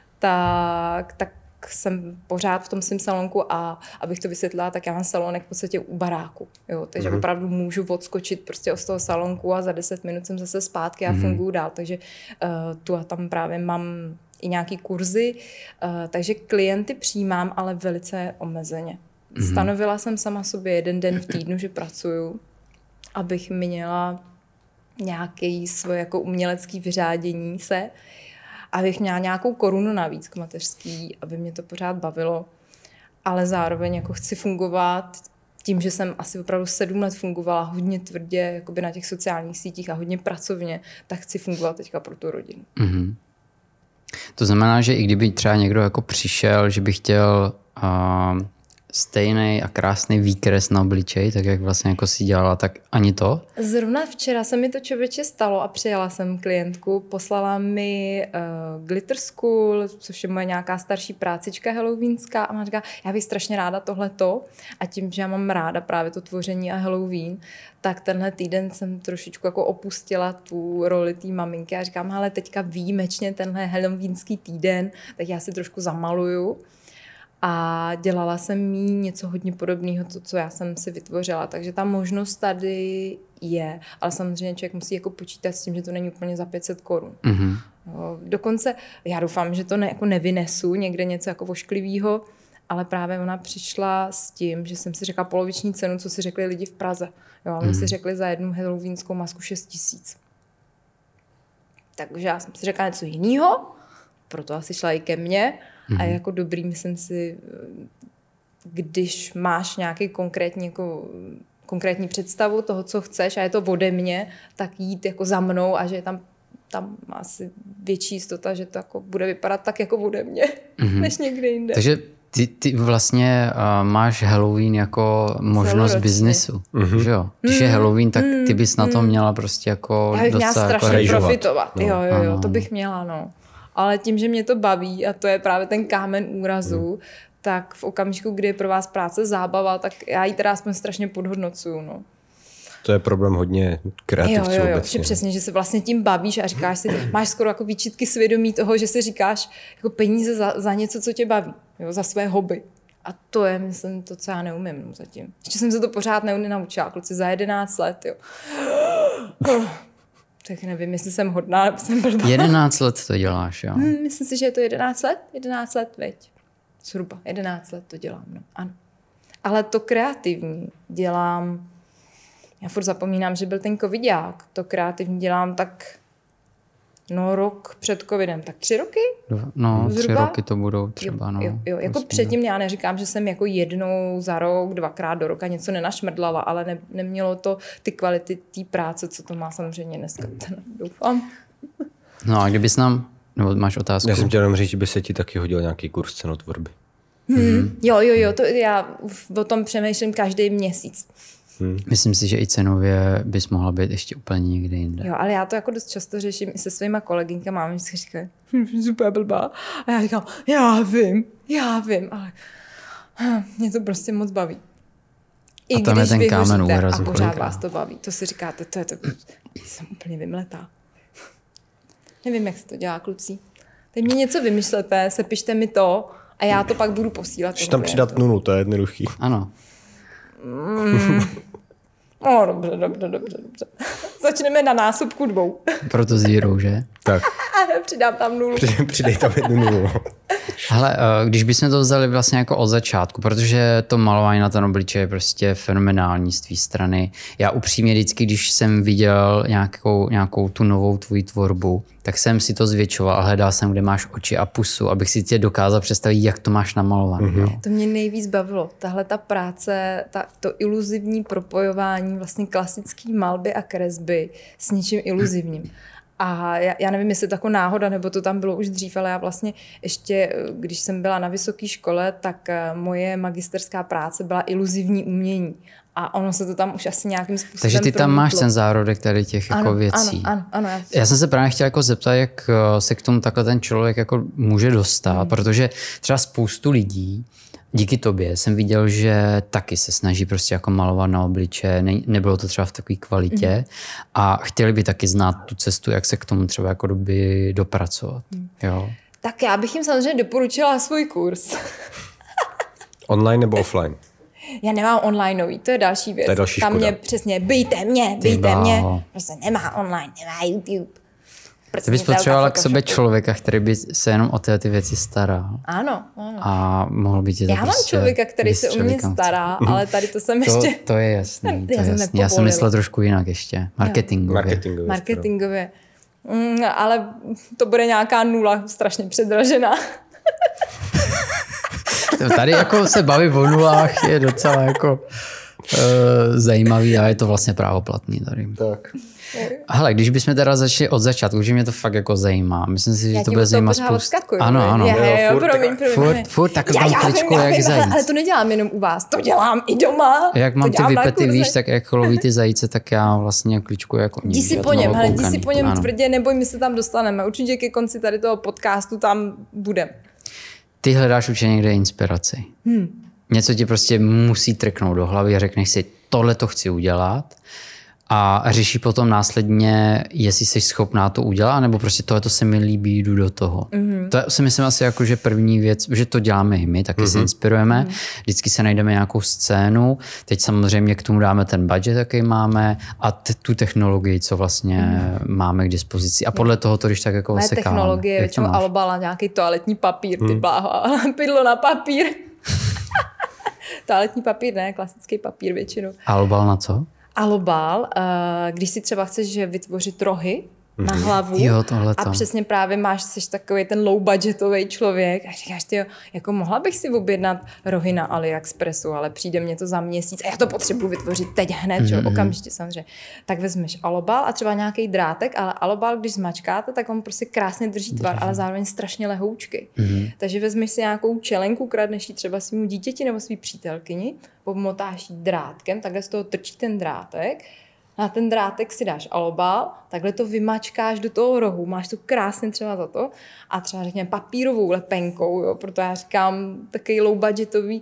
tak jsem pořád v tom svém salonku a abych to vysvětlila, tak já mám salonek v podstatě u baráku. Jo, takže opravdu můžu odskočit prostě z toho salonku a za 10 minut jsem zase zpátky a funguji dál. Takže tu a tam právě mám i nějaký kurzy, takže klienty přijímám, ale velice omezeně. Stanovila jsem sama sobě 1 den v týdnu, že pracuju, abych měla nějaké svoje jako umělecké vyřádění se, abych měla nějakou korunu navíc k mateřský, aby mě to pořád bavilo, ale zároveň jako chci fungovat tím, že jsem asi opravdu 7 let fungovala hodně tvrdě jakoby na těch sociálních sítích a hodně pracovně, tak chci fungovat teďka pro tu rodinu. Mm-hmm. To znamená, že i kdyby třeba někdo jako přišel, že by chtěl stejný a krásný výkres na obličej, tak jak vlastně jako si dělala, tak ani to? Zrovna včera se mi to člověče stalo a přijela jsem klientku, poslala mi Glitter School, což je moje nějaká starší prácička halloweenská a ona říká, já bych strašně ráda tohleto a tím, že já mám ráda právě to tvoření a Halloween, tak tenhle týden jsem trošičku jako opustila tu roli té maminky a říkám, hele, teďka výjimečně tenhle halloweenský týden, tak já si trošku zamaluju. a dělala jsem jí něco hodně podobného, to, co já jsem si vytvořila. Takže ta možnost tady je, ale samozřejmě člověk musí jako počítat s tím, že to není úplně za 500 korun. Mm-hmm. Dokonce já doufám, že to jako nevynesu někde něco jako ošklivýho, ale právě ona přišla s tím, že jsem si řekla poloviční cenu, co si řekli lidi v Praze. Jo, a oni si řekli za jednu halloweenskou masku 6 000. Takže já jsem si řekla něco jiného, proto asi šla i ke mně. A jako dobrý, myslím si, když máš nějaký konkrétní představu toho, co chceš a je to ode mě, tak jít jako za mnou a že je tam asi větší jistota, že to jako bude vypadat tak jako ode mě, než někde jinde. Takže ty vlastně máš Halloween jako možnost biznesu, že jo? Když je Halloween, tak ty bys na to měla prostě jako já bych měla strašně jako profitovat. No. Jo, to bych měla, no. Ale tím, že mě to baví a to je právě ten kámen úrazu, tak v okamžiku, kdy je pro vás práce zábava, tak já ji teda aspoň strašně podhodnocuju, no. To je problém hodně kreativců obecně. Přesně, že se vlastně tím bavíš a říkáš si, máš skoro jako výčitky svědomí toho, že si říkáš jako peníze za něco, co tě baví, jo, za své hobby. A to je, myslím, to, co já neumím zatím. Ještě jsem se to pořád nenaučila, kluci, za 11 let, jo. Tak nevím, jestli jsem hodná, nebo jsem blbá. 11 let to děláš, jo? Myslím si, že je to 11 let? 11 let, veď. Zhruba 11 let to dělám, no. Ano. Ale to kreativní dělám, já furt zapomínám, že byl ten covidák, to kreativní dělám tak, rok před covidem, tak 3 roky? No, zhruba? 3 roky to budou třeba, Jo. Jako předtím já neříkám, že jsem jako jednou za rok, 2krát do roka něco nenašmrdlala, ale nemělo to ty kvality té práce, co to má samozřejmě dneska. Doufám. No a kdybys nám, nebo máš otázku? Já jsem chtěl jenom říct, že by se ti taky hodil nějaký kurz cenotvorby. Jo, to já o tom přemýšlím každý měsíc. Myslím si, že i cenově bys mohla být ještě úplně někde jinde. Jo, ale já to jako dost často řeším i se svýma kolegynkama. Oni si říkají, super blbá. A já říkám, já vím, ale mě to prostě moc baví. I a tam je ten kámen úrazu. A pořád vás to baví. To si říkáte, to jsem úplně vymletá. Nevím, jak se to dělá, kluci. Teď mi něco vymyšlete, sepište mi to a já to pak budu posílat. Můžeš tam přidat nulu, to je jednoduchý. Ano. Dobře. Začneme na násobku 2. Proto zírou, že? Tak. Přidám tam 0. Přidej tam 1 nulu. Hele, když bychom to vzali vlastně jako od začátku, protože to malování na ten obličej je prostě fenomenální z tvý strany. Já upřímně vždycky, když jsem viděl nějakou tu novou tvoji tvorbu, tak jsem si to zvětšoval a hledal jsem, kde máš oči a pusu, abych si tě dokázal představit, jak to máš namalované. Mm-hmm. To mě nejvíc bavilo. Tahle ta práce, to iluzivní propojování vlastně klasické malby a kresby s něčím iluzivním. A já nevím, jestli je to jako náhoda, nebo to tam bylo už dřív, ale já vlastně ještě, když jsem byla na vysoké škole, tak moje magisterská práce byla iluzivní umění. A ono se to tam už asi nějakým způsobem Takže ty tam promítlo. máš ten zárodek tady těch jako věcí. Ano. Já jsem se právě chtěl jako zeptat, jak se k tomu takhle ten člověk jako může dostat, protože třeba spoustu lidí, díky tobě jsem viděl, že taky se snaží prostě jako malovat na obliče, nebylo to třeba v takové kvalitě a chtěli by taky znát tu cestu, jak se k tomu třeba jako doby dopracovat. Jo. Tak já bych jim samozřejmě doporučila svůj kurz. Online nebo offline? Já nemám onlineový, to je další věc. To je další tam škoda. mě přesně, bejte mě. Prostě nemá online, nemá YouTube. Ty bys potřebovala k sobě člověka, který by se jenom o ty věci staral. Ano. A mohl by ti to Já mám člověka, který se o mě stará, ale tady to jsem ještě... To je jasný. Já jsem myslel trošku jinak ještě. Marketingově. Ale to bude nějaká 0, strašně předražená. Tady jako se baví o nulách, je docela jako zajímavý a je to vlastně právoplatný tady. Tak. Hele, když bychom teda začali od začátku, že mě to fakt jako zajímá. Myslím si, že to bude zajímat spoustu. Ano. Jo, promiň. Furt takhle tam kličku jak zajíc. Ale to nedělám jenom u vás, to dělám i doma. Jak mám ty vypety, víš, tak jak loví ty zajíce, tak já vlastně kličku jako Jdi si po něm tvrdě, neboj, my se tam dostaneme. Určitě ke konci tady toho podcastu tam budeme. Ty hledáš určitě někde inspiraci. Něco ti prostě musí trknout do hlavy a řekneš si, tohle to chci udělat. a řeší potom následně, jestli jsi schopná to udělat, nebo prostě tohleto se mi líbí, jdu do toho. To si myslím asi jako, že první věc, že to děláme i my, taky se inspirujeme, vždycky se najdeme nějakou scénu, teď samozřejmě k tomu dáme ten budget, jaký máme a tu technologii, co vlastně máme k dispozici a podle toho to, když tak jako Moje sekáme. technologie je většinou alobala, nějaký toaletní papír, ty bláho, pydlo na papír. Toaletní papír, ne, klasický papír většinou. Alobal na co? Alobal, když si třeba chceš vytvořit rohy na hlavu a přesně právě jsi takový ten low budgetový člověk a říkáš ty, jako mohla bych si objednat rohy na AliExpressu, ale přijde mě to za měsíc a já to potřebuji vytvořit teď hned, okamžitě samozřejmě. Tak vezmeš alobal a třeba nějaký drátek, ale alobal, když zmačkáte, tak on prostě krásně drží tvar, ale zároveň strašně lehoučky. Takže vezmeš si nějakou čelenku, kradneš ji třeba svému dítěti nebo svý přítelkyni, obmotáš jí drátkem, takhle z toho trčí ten drátek. Na ten drátek si dáš alobal, takhle to vymačkáš do toho rohu, máš to krásně třeba za to a třeba řekněme papírovou lepenkou, jo, proto já říkám takový low budgetový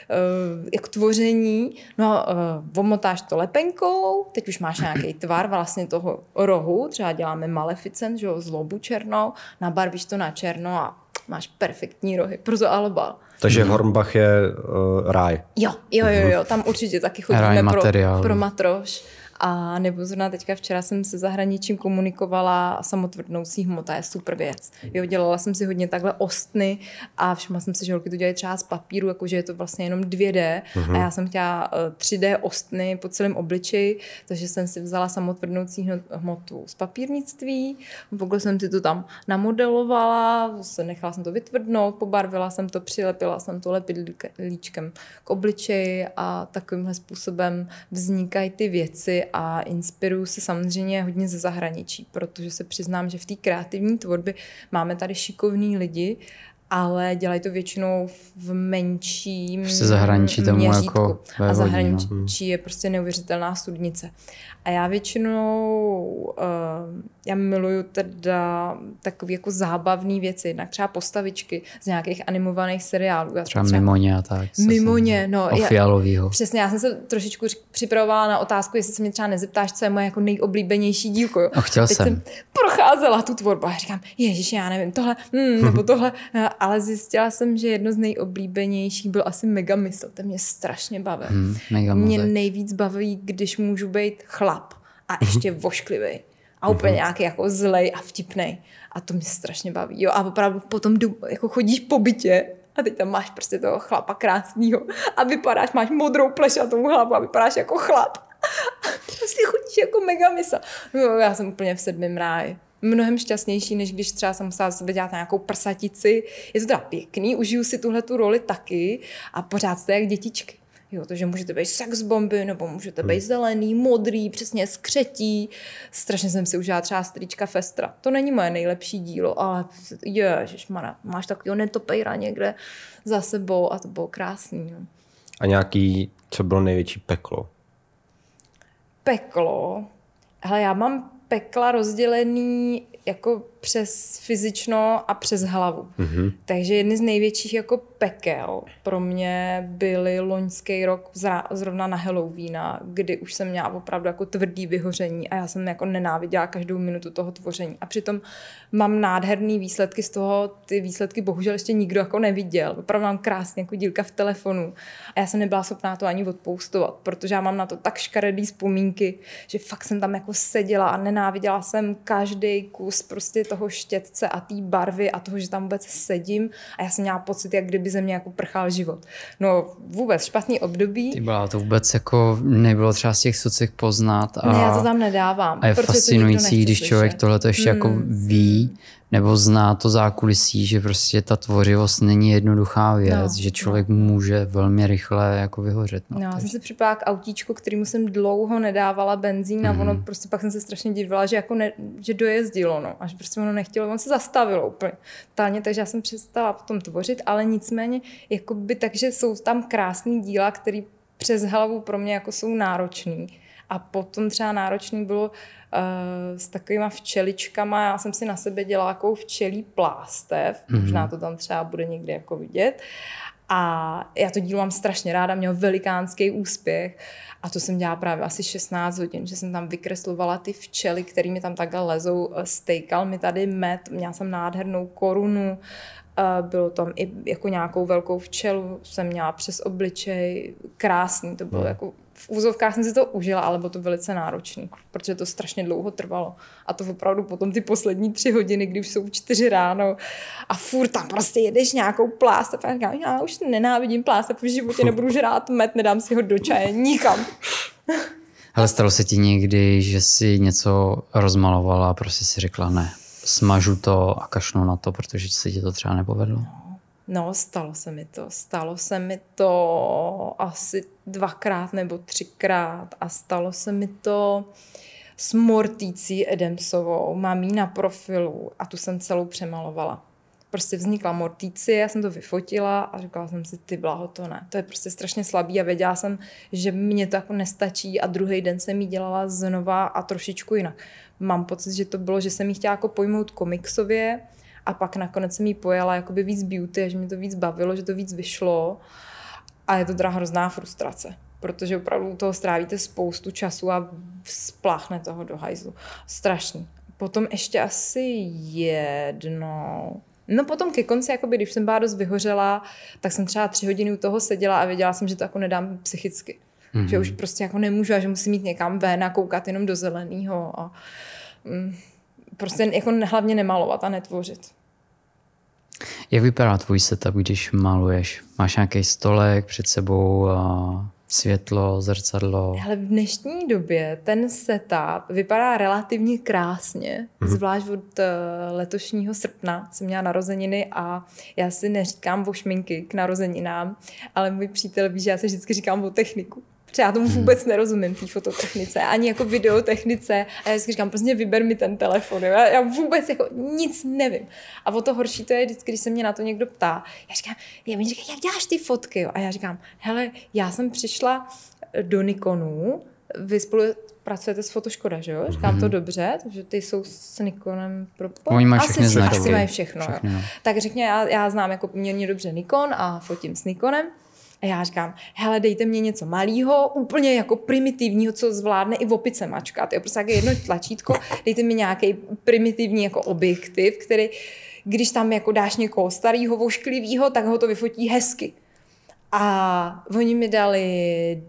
jako tvoření, no omotáš to lepenkou, teď už máš nějaký tvar vlastně toho rohu, třeba děláme Maleficent, že jo, zlobu černou, nabarvíš to na černo a máš perfektní rohy, proto alobal. Takže Hornbach je ráj. Jo, tam určitě taky chodíme pro matroš. A nebo zrovna teďka včera jsem se zahraničím komunikovala samotvrdnoucí hmota je super věc. Jo, dělala jsem si hodně takhle ostny a všimla jsem si, že holky to dělají třeba z papíru, jakože je to vlastně jenom 2D a já jsem chtěla 3D ostny po celém obličeji, takže jsem si vzala samotvrdnoucí hmotu z papírnictví, pokud jsem si to tam namodelovala, nechala jsem to vytvrdnout, pobarvila jsem to, přilepila jsem to lepidlíčkem k obličeji a takovýmhle způsobem vznikají ty věci a inspiruju se samozřejmě hodně ze zahraničí, protože se přiznám, že v té kreativní tvorbě máme tady šikovní lidi, ale dělají to většinou v menším měřítku. Jako a zahraničí je prostě neuvěřitelná studnice. A já většinou já miluju teda takové jako zábavné věci, jednak třeba postavičky z nějakých animovaných seriálů. Třeba Mimoně a tak. Mimoně, no. Fialovýho. Přesně, já jsem se trošičku připravovala na otázku, jestli se mě třeba nezeptáš, co je moje jako nejoblíbenější dílko. Jo. Chtěl Teď jsem. jsem procházela tu tvorbu a říkám, ježiš, já nevím, tohle, nebo tohle, ale zjistila jsem, že jedno z nejoblíbenějších byl asi Megamysl, ten mě strašně bavil. Mě nejvíc baví, když můžu být chlap a ještě vošklivý a úplně nějaký jako zlej a vtipnej. A to mě strašně baví. Jo, a opravdu potom jako chodíš po bytě a teď tam máš prostě toho chlapa krásnýho a vypadáš, máš modrou plešatou hlavu a vypadáš jako chlap. A prostě chodíš jako Megamysl. No, já jsem úplně v 7. ráji. Mnohem šťastnější, než když třeba jsem musela sebe dělat nějakou prsatici. Je to teda pěkný, užiju si tuhletu roli taky a pořád jste jak dětičky. Jo, takže můžete být sexbomby, nebo můžete být zelený, modrý, přesně skřetí. Strašně jsem si užila třeba Strýčka Festra. To není moje nejlepší dílo, ale ježišmana, máš takového netopejra někde za sebou a to bylo krásný. No. A nějaký, co bylo největší peklo? Peklo? Hele, já mám pekla rozdělený jako přes fyzično a přes hlavu. Takže jedny z největších jako pekel pro mě byly loňský rok zrovna na Halloweena, kdy už jsem měla opravdu jako tvrdý vyhoření a já jsem jako nenáviděla každou minutu toho tvoření. A přitom mám nádherný výsledky z toho, ty výsledky bohužel ještě nikdo jako neviděl. Opravdu mám krásně jako dílka v telefonu a já jsem nebyla schopná to ani odpoustovat, protože já mám na to tak škaredý vzpomínky, že fakt jsem tam jako seděla a nenáviděla jsem každý kus prostě toho štětce a té barvy a toho, že tam vůbec sedím a já jsem měla pocit, jak kdyby ze mě jako prchal život. No vůbec špatný období. Ty byla to vůbec jako nebylo třeba z těch socek poznat. Ne, já to tam nedávám. A je fascinující, když člověk tohle ještě jako ví, nebo zná to zákulisí, že prostě ta tvořivost není jednoduchá věc, že člověk může velmi rychle jako vyhořet. No, já jsem si připala k autíčku, kterýmu jsem dlouho nedávala benzín a ono prostě pak jsem se strašně divila, že jako že dojezdilo, no, až prostě ono nechtělo, on se zastavilo úplně totálně, takže já jsem přestala potom tvořit, ale nicméně jakoby takže jsou tam krásný díla, které přes hlavu pro mě jako jsou náročný. A potom třeba náročný bylo s takovýma včeličkama, já jsem si na sebe dělala takovou včelí plástev, možná to tam třeba bude někdy jako vidět. A já to dílo mám strašně ráda, měl velikánský úspěch a to jsem dělala právě asi 16 hodin, že jsem tam vykreslovala ty včely, který mi tam takhle lezou, stejkal mi tady med, měla jsem nádhernou korunu, bylo tam i jako nějakou velkou včelu, jsem měla přes obličej, krásný, to bylo jako, v úzovkách jsem si to užila, ale bylo to velice náročný, protože to strašně dlouho trvalo. A to opravdu potom ty poslední 3 hodiny, kdy už jsou 4 ráno a furt tam prostě jedeš nějakou plástev. A já říkám, já už nenávidím plástev, v životě nebudu žrát med, nedám si ho do čaje, nikam. Ale stalo se ti někdy, že si něco rozmalovala a prostě si řekla ne, smažu to a kašnu na to, protože se ti to třeba nepovedlo? No, stalo se mi to asi 2krát nebo 3krát a stalo se mi to s Mortící Adamsovou, mám jí na profilu a tu jsem celou přemalovala. Prostě vznikla Mortíci, já jsem to vyfotila a říkala jsem si, ty blaho, to ne. To je prostě strašně slabý a věděla jsem, že mě to jako nestačí a druhý den jsem jí dělala znova a trošičku jinak. Mám pocit, že to bylo, že jsem jí chtěla jako pojmout komiksově a pak nakonec jsem jí pojala jakoby víc beauty a že mi to víc bavilo, že to víc vyšlo a je to teda hrozná frustrace, protože opravdu u toho strávíte spoustu času a spláchne toho do hajzlu. Strašný. Potom ještě asi jednou. No potom ke konci, jakoby, když jsem byla dost vyhořela, tak jsem třeba 3 hodiny u toho seděla a věděla jsem, že to jako nedám psychicky. Mm-hmm. Že už prostě jako nemůžu a že musím jít někam ven a koukat jenom do zeleného a prostě jako hlavně nemalovat a netvořit. Jak vypadá tvůj setup, když maluješ? Máš nějaký stolek před sebou a světlo, zrcadlo? Ale v dnešní době ten setup vypadá relativně krásně. Zvlášť od letošního srpna jsem měla narozeniny a já si neříkám o šminky k narozeninám, ale můj přítel ví, že já se vždycky říkám o techniku. Protože já tomu vůbec nerozumím, té fototechnice, ani jako videotechnice. A já vždycky říkám, prostě vyber mi ten telefon. Já vůbec jako nic nevím. A o to horší to je vždycky, když se mě na to někdo ptá. Já říkám, jak děláš ty fotky? A já říkám, hele, já jsem přišla do Nikonu, vy spolu pracujete s Fotoškoda, že jo? Říkám to dobře, takže ty jsou s Nikonem Oni mají všechny značky. Asi mají všechno. Tak řekně, já znám jako poměrně dobře Nikon a fotím s Nikonem. A já říkám, hele, dejte mě něco malého, úplně jako primitivního, co zvládne i v opice mačkat. Jo, prostě jako jedno tlačítko, dejte mi nějaký primitivní jako objektiv, který, když tam jako dáš někoho starého, vošklivého, tak ho to vyfotí hezky. A oni mi dali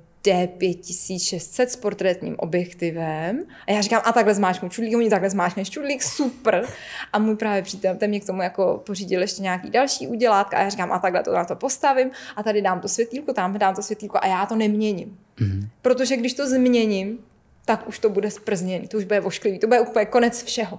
D5600 s portrétním objektivem. A já říkám, a takhle zmáčknu čudlík, oni takhle zmáčkneš čudlík, super. A můj právě přítel, ten mě k tomu jako pořídil ještě nějaký další udělátka a já říkám, a takhle to na to postavím a tady dám to světýlko, tam dám to světýlko a já to neměním. Protože když to změním, tak už to bude zprzněný, to už bude vošklivý, to bude úplně konec všeho.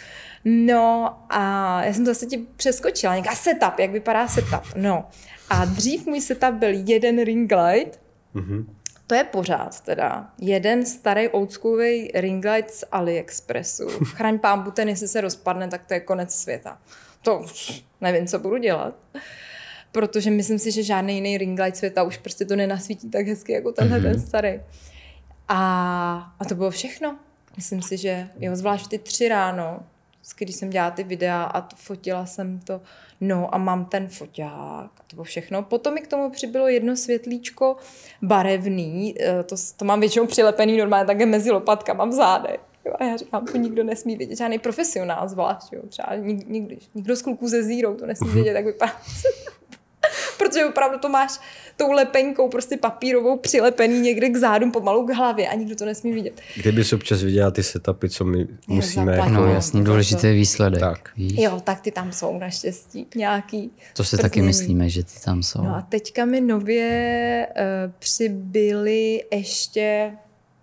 No a já jsem to zase ti přeskočila, nějaká setup, jak vypadá setup. No a dřív můj setup byl jeden ring light, to je pořád teda. Jeden starý oldschoolový ring light z AliExpressu. Chraň pánbu, ten, jestli se rozpadne, tak to je konec světa. To nevím, co budu dělat. Protože myslím si, že žádný jiný ring light světa už prostě to nenasvítí tak hezky, jako tenhle ten starý. A to bylo všechno. Myslím si, že jo, zvlášť ty 3 ráno, když jsem dělala ty videa a fotila jsem to, no a mám ten foťák a to bylo všechno. Potom mi k tomu přibylo jedno světlíčko barevný, to mám většinou přilepený normálně také mezi lopatkama v zádech. Jo, a já říkám, to nikdo nesmí vědět, žádný profesionál zvlášť, jo, třeba nikdo z kluků ze Zero to nesmí vědět, jak vypadá. Protože opravdu to máš tou lepenkou prostě papírovou přilepený někde k zádům pomalu k hlavě a nikdo to nesmí vidět. Kdybys občas viděla ty setupy, co my musíme... No jasně, důležitý je výsledek. Tak. Víš? Jo, tak ty tam jsou naštěstí nějaký. To si taky myslíme, že ty tam jsou. No a teďka mi nově přibyly ještě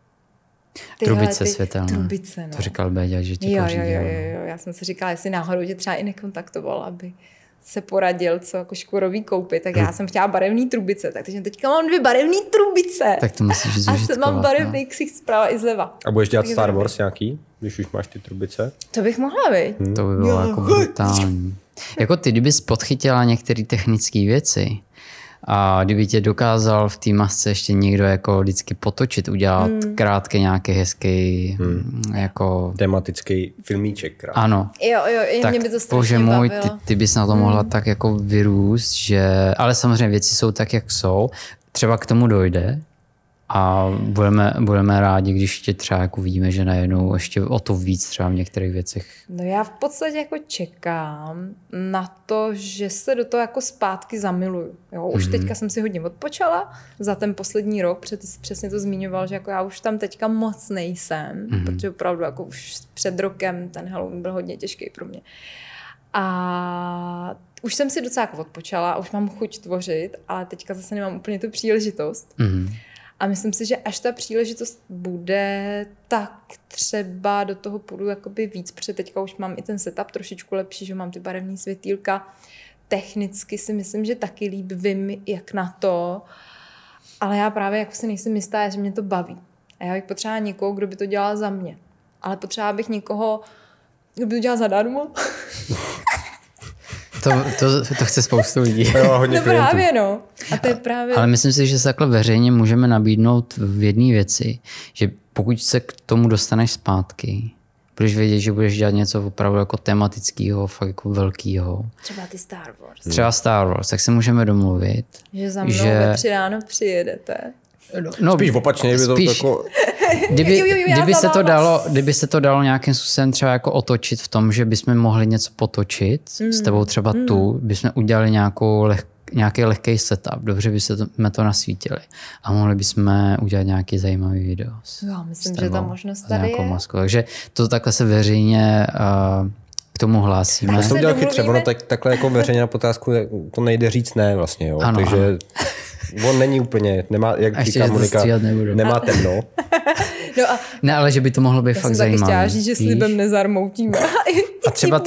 trubice světelné. Trubice, no. To říkal Béďa, že ti pořídil. Jo. Já jsem si říkala, jestli náhodou tě třeba i nekontaktoval, aby se poradil, co jako škvorový koupit, tak já jsem chtěla barevný trubice, takže teďka mám 2 barevný trubice. Tak to musíš zužitkovat. A mám barevný ksicht zprava i zleva. A budeš dělat Star Wars nějaký, když už máš ty trubice? To bych mohla, viď? To by bylo jako brutální. Jako ty, kdybys podchytila některé technické věci, A kdyby tě dokázal v té masce ještě někdo jako vždycky potočit, udělat krátký nějaký hezký jako... Tematický filmíček. Krát. Ano. Jo, Tak, mě by to strašně bože můj, bavilo. ty bys na to mohla tak jako vyrůst, že... Ale samozřejmě věci jsou tak, jak jsou. Třeba k tomu dojde a budeme rádi, když tě třeba jako vidíme, že najednou ještě o to víc třeba v některých věcech. No já v podstatě jako čekám na to, že se do toho jako zpátky zamiluju. Jo, už teďka jsem si hodně odpočala za ten poslední rok, protože ty jsi přesně to zmiňoval, že jako já už tam teďka moc nejsem, protože opravdu jako už před rokem ten Halloween byl hodně těžký pro mě. A už jsem si docela jako odpočala a už mám chuť tvořit, ale teďka zase nemám úplně tu příležitost. A myslím si, že až ta příležitost bude, tak třeba do toho půjdu jakoby víc, protože teďka už mám i ten setup trošičku lepší, že mám ty barevný světýlka. Technicky si myslím, že taky líp vím, jak na to, ale já právě jako si nejsem jistá, že mě to baví. A já bych potřebovala někoho, kdo by to dělal za mě. Ale potřebovala bych někoho, kdo by to dělal zadarmo. To chce spoustu lidí. No právě, no. A to je právě... Ale myslím si, že se takhle veřejně můžeme nabídnout v jedné věci, že pokud se k tomu dostaneš zpátky, budeš vědět, že budeš dělat něco opravdu jako tematického, fakt jako velkýho. Třeba ty Star Wars. Třeba Star Wars, tak se můžeme domluvit. Že za mnou ve 3 ráno přijedete. No, spíš opačně, by to jako... Kdyby se to dalo nějakým způsobem třeba jako otočit v tom, že bychom mohli něco potočit, s tebou třeba bychom udělali nějaký lehký setup, dobře by jsme to nasvítili a mohli bychom udělat nějaký zajímavý video. Já myslím, že ta možnost tady je. Masku. Takže to takhle se veřejně k tomu hlásíme. Já jsem udělal chytře, ono takhle jako veřejně na potázku to nejde říct ne vlastně, jo. Ano, takže on není úplně, nemá, jak říká Monika, nemá temno. No a ne, ale že by to mohlo být fakt zajímavé. Já jsem taky chtěla říct, že slibem nezarmoutíme. A třeba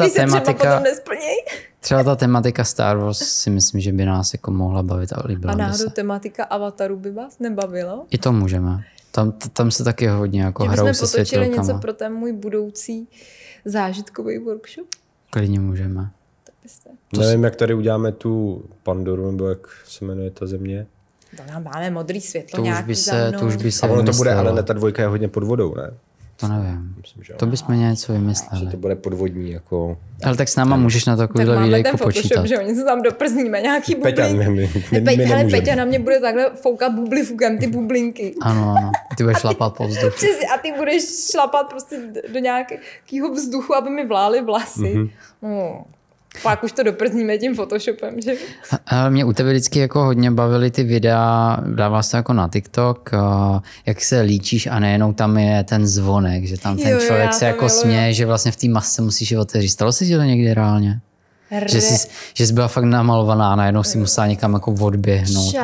ta tematika Star Wars si myslím, že by nás jako mohla bavit a líbila. A náhodou tematika Avataru by vás nebavila? I to můžeme. Tam se taky hodně jako hrajou se světilkama. Kdybychom potočili něco pro ten můj budoucí zážitkový workshop? Klidně můžeme. Nevím, jak tady uděláme tu Pandoru, nebo jak se jmenuje ta země. To nám máme modrý světlo to nějaký to už by se a ono to bude, ale ta dvojka je hodně pod vodou, ne? To nevím. Myslím, že to bychom něco vymysleli. Že to bude podvodní jako... Ale tak s náma můžeš na takovýhle videjko počítat. Tak máme ten Photoshop, že oni se tam doprzníme, nějaký bublík. Hele, Peťa na mě bude takhle foukat bublifukem, ty bublinky. Ano. Ty budeš šlapat po vzduchu. A ty budeš šlapat prostě do nějakého vzduchu, aby mi vlály vlasy. No. Pak už to doprzníme tím Photoshopem, že? Ale mě u tebe vždycky jako hodně bavily ty videa, dává se to jako na TikTok, jak se líčíš a nejenom tam je ten zvonek, že tam ten člověk se jako směje, že vlastně v té masce musíš je otevřít. Stalo se ti to někdy reálně? Že jsi byla fakt namalovaná a najednou si musela někam jako odběhnout.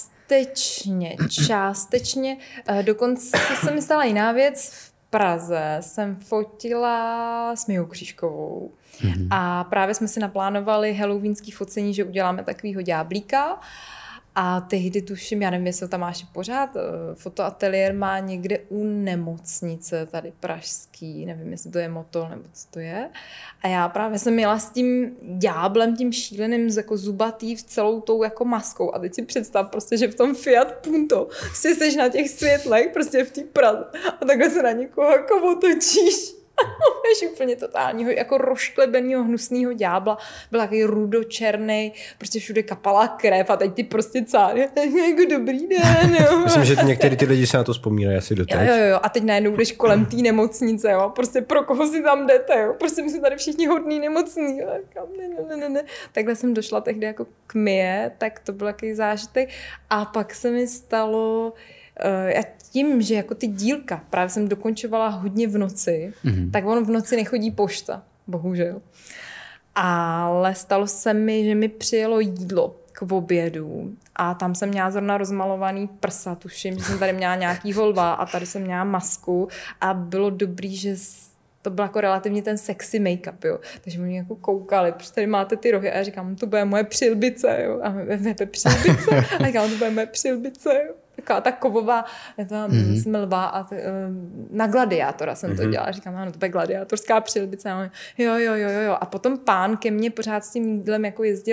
Částečně. Dokonce se mi stala jiná věc. V Praze jsem fotila s Mijou Křížkovou. A právě jsme si naplánovali halloweenský focení, že uděláme takovýho ďáblíka. A tehdy tuším, já nevím, jestli tam máš pořád, fotoateliér má někde u nemocnice tady pražský, nevím, jestli to je Motol nebo co to je. A já právě jsem jela s tím ďáblem, tím šíleným jako zubatý v celou tou jako maskou. A teď si představ prostě, že v tom Fiat Punto si seš na těch světlech prostě v té Praze a takhle se na někoho jako otočíš. Máš úplně totálního, jako rozšklebenýho, hnusného ďábla. Byl takový rudočernej, prostě všude kapala krev a teď ty prostě cáry. Jako dobrý den, jo. Myslím, že některý ty lidi se na to vzpomínají asi doteď. Jo. A teď najednou budeš kolem té nemocnice, jo. Prostě pro koho si tam jdete, jo. Prostě my jsme tady všichni hodný nemocní. Ne. Takhle jsem došla tehdy jako k Mie, tak to byl takový zážitek. A pak se mi stalo... Já tím, že jako ty dílka, právě jsem dokončovala hodně v noci, tak on v noci nechodí pošta, bohužel. Ale stalo se mi, že mi přijelo jídlo k obědu a tam jsem měla zrovna rozmalovaný prsa, tuším, že jsem tady měla nějakýho lva a tady jsem měla masku a bylo dobrý, že to byl jako relativně ten sexy make-up, jo. Takže oni jako koukali, protože tady máte ty rohy a já říkám, to bude moje přilbice, jo. A to přilbice? A říkám, to bude moje přilbice, jo. Taková ta kovová, jsem lva a na gladiátora jsem to dělala. Říkám, ano, to bude gladiátorská přilbice. Jo. A potom pán ke mně pořád s tím jídlem jako jezdil i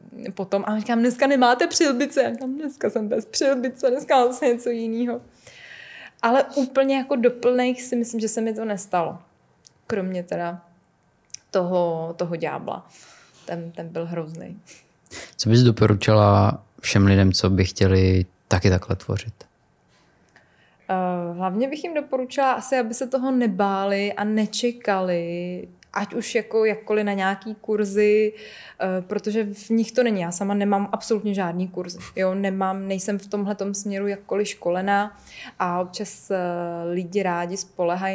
potom a říkám, dneska nemáte přilbice. Já říkám, dneska jsem bez přilbice, dneska mám zase něco jiného. Ale úplně jako doplněk si myslím, že se mi to nestalo. Kromě teda toho ďábla. Ten byl hrozný. Co bys doporučila všem lidem, co by chtěli taky takhle tvořit? Hlavně bych jim doporučila asi, aby se toho nebáli a nečekali, ať už jako jakkoliv na nějaký kurzy, protože v nich to není. Já sama nemám absolutně žádný kurzy. Jo? Nejsem v tomhletom směru jakkoliv školená a občas lidi rádi spolehají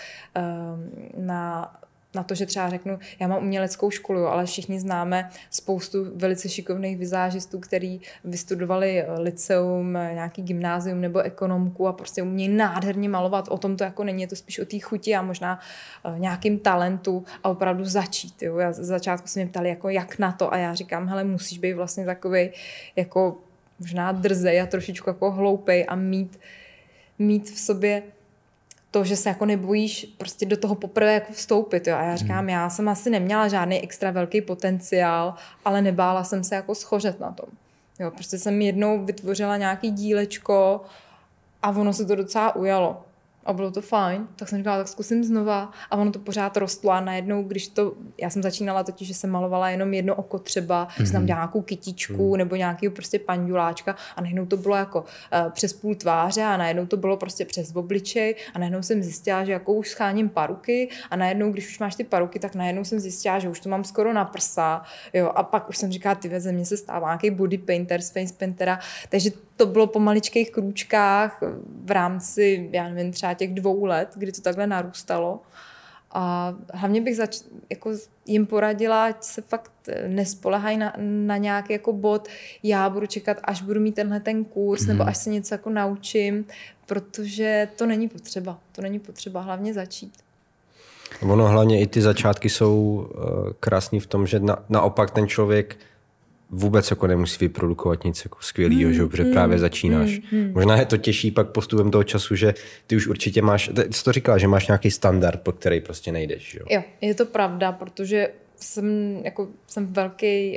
na to, že třeba řeknu, já mám uměleckou školu, ale všichni známe spoustu velice šikovných vizážistů, který vystudovali lyceum, nějaký gymnázium nebo ekonomku a prostě umějí nádherně malovat. O tom to jako není, je to spíš o té chuti a možná nějakým talentu a opravdu začít. Jo? Já z začátku se mě ptali, jako jak na to a já říkám, hele, musíš být vlastně takovej jako možná drzej a trošičku jako hloupej a mít v sobě to, že se jako nebojíš prostě do toho poprvé jako vstoupit. Jo? A já říkám, já jsem asi neměla žádný extra velký potenciál, ale nebála jsem se jako schořet na tom. Jo? Prostě jsem jednou vytvořila nějaký dílečko a ono se to docela ujalo. A bylo to fajn, tak jsem říkala, tak zkusím znova a ono to pořád rostlo a najednou, já jsem začínala totiž, že jsem malovala jenom jedno oko třeba, že tam dělala nějakou kytičku nebo nějakýho prostě panduláčka a najednou to bylo jako přes půl tváře a najednou to bylo prostě přes obličej a najednou jsem zjistila, že jako už scháním paruky a najednou, když už máš ty paruky, tak najednou jsem zjistila, že už to mám skoro na prsa, jo, a pak už jsem říkala, ty ze mě se stává nějaký body painter z face paintera, takže to bylo po maličkých krůčkách v rámci, já nevím, třeba těch 2 let, kdy to takhle narůstalo. A hlavně bych jako jim poradila, ať se fakt nespolehají na nějaký jako bod. Já budu čekat, až budu mít ten kurz, nebo až se něco jako naučím, protože to není potřeba. To není potřeba, hlavně začít. Ono hlavně i ty začátky jsou krásný v tom, že naopak ten člověk vůbec jako nemusí vyprodukovat nic jako skvělýho, že? Protože právě začínáš. Možná je to těžší pak postupem toho času, že ty už určitě máš, jsi to říkala, že máš nějaký standard, po který prostě nejdeš. Jo, je to pravda, protože jsem velký,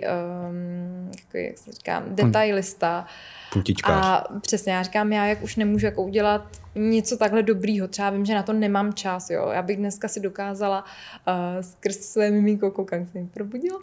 jak se říká, detailista. Puntičkář. A přesně, já říkám, já jak už nemůžu jako udělat něco takhle dobrýho, třeba vím, že na to nemám čas, jo. Já bych dneska si dokázala skrz své miminko, koukám, se mi probudila,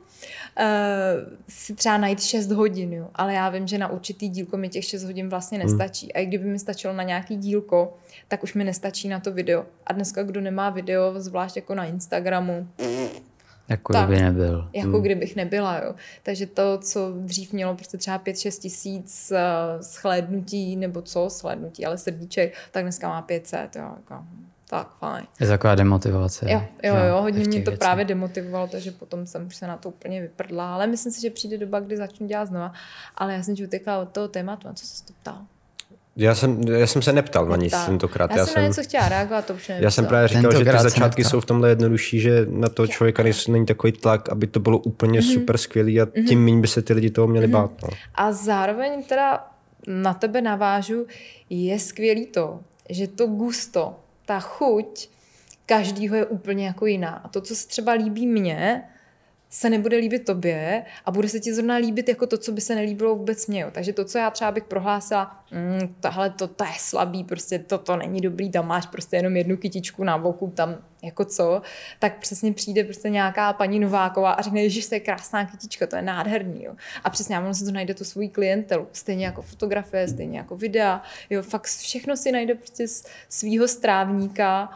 si třeba najít 6 hodin, jo. Ale já vím, že na určitý dílko mi těch 6 hodin vlastně nestačí. A i kdyby mi stačilo na nějaký dílko, tak už mi nestačí na to video. A dneska, kdo nemá video, zvlášť jako na Instagramu, jako kdyby nebyl. Jako kdybych nebyla, jo. Takže to, co dřív mělo prostě třeba 5-6 tisíc shlédnutí, nebo shlédnutí, ale srdíček, tak dneska má 500, jo. Jako, tak fajn. Je taková demotivace. Jo, hodně mě to právě demotivovalo, takže potom jsem už se na to úplně vyprdla, ale myslím si, že přijde doba, kdy začnu dělat znova. Ale já jsem ti utekla od toho tématu, a co jsi to ptal? Já jsem se neptal na nic tentokrát. Já jsem na něco chtěla reagovat, to už nevím. Já jsem právě říkal, že ty začátky jsou v tomhle jednodušší, že na toho člověka není takový tlak, aby to bylo úplně super skvělý a tím méně by se ty lidi toho měli bát. No. A zároveň teda na tebe navážu, je skvělý to, že to gusto, ta chuť každýho je úplně jako jiná. A to, co se třeba líbí mně, se nebude líbit tobě a bude se ti zrovna líbit jako to, co by se nelíbilo vůbec mě. Takže to, co já třeba bych prohlásila, tohle to je slabý, prostě to není dobrý, tam máš prostě jenom jednu kytičku na boku, tam jako co, tak přesně přijde prostě nějaká paní Nováková a řekne, že to je krásná kytička, to je nádherný. Jo. A přesně ono se to najde tu svoji klientelu, stejně jako fotografie, stejně jako videa, jo, fakt všechno si najde prostě svýho strávníka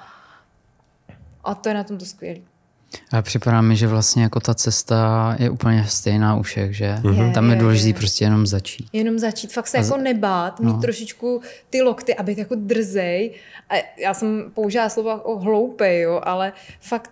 a to je na tom to skvělý. A připadá mi, že vlastně jako ta cesta je úplně stejná u všech, že? Tam je důležité prostě jenom začít. Jenom začít, fakt se jako nebát, mít trošičku ty lokty a být jako drzej. A já jsem použila slovo jako hloupej, jo, ale fakt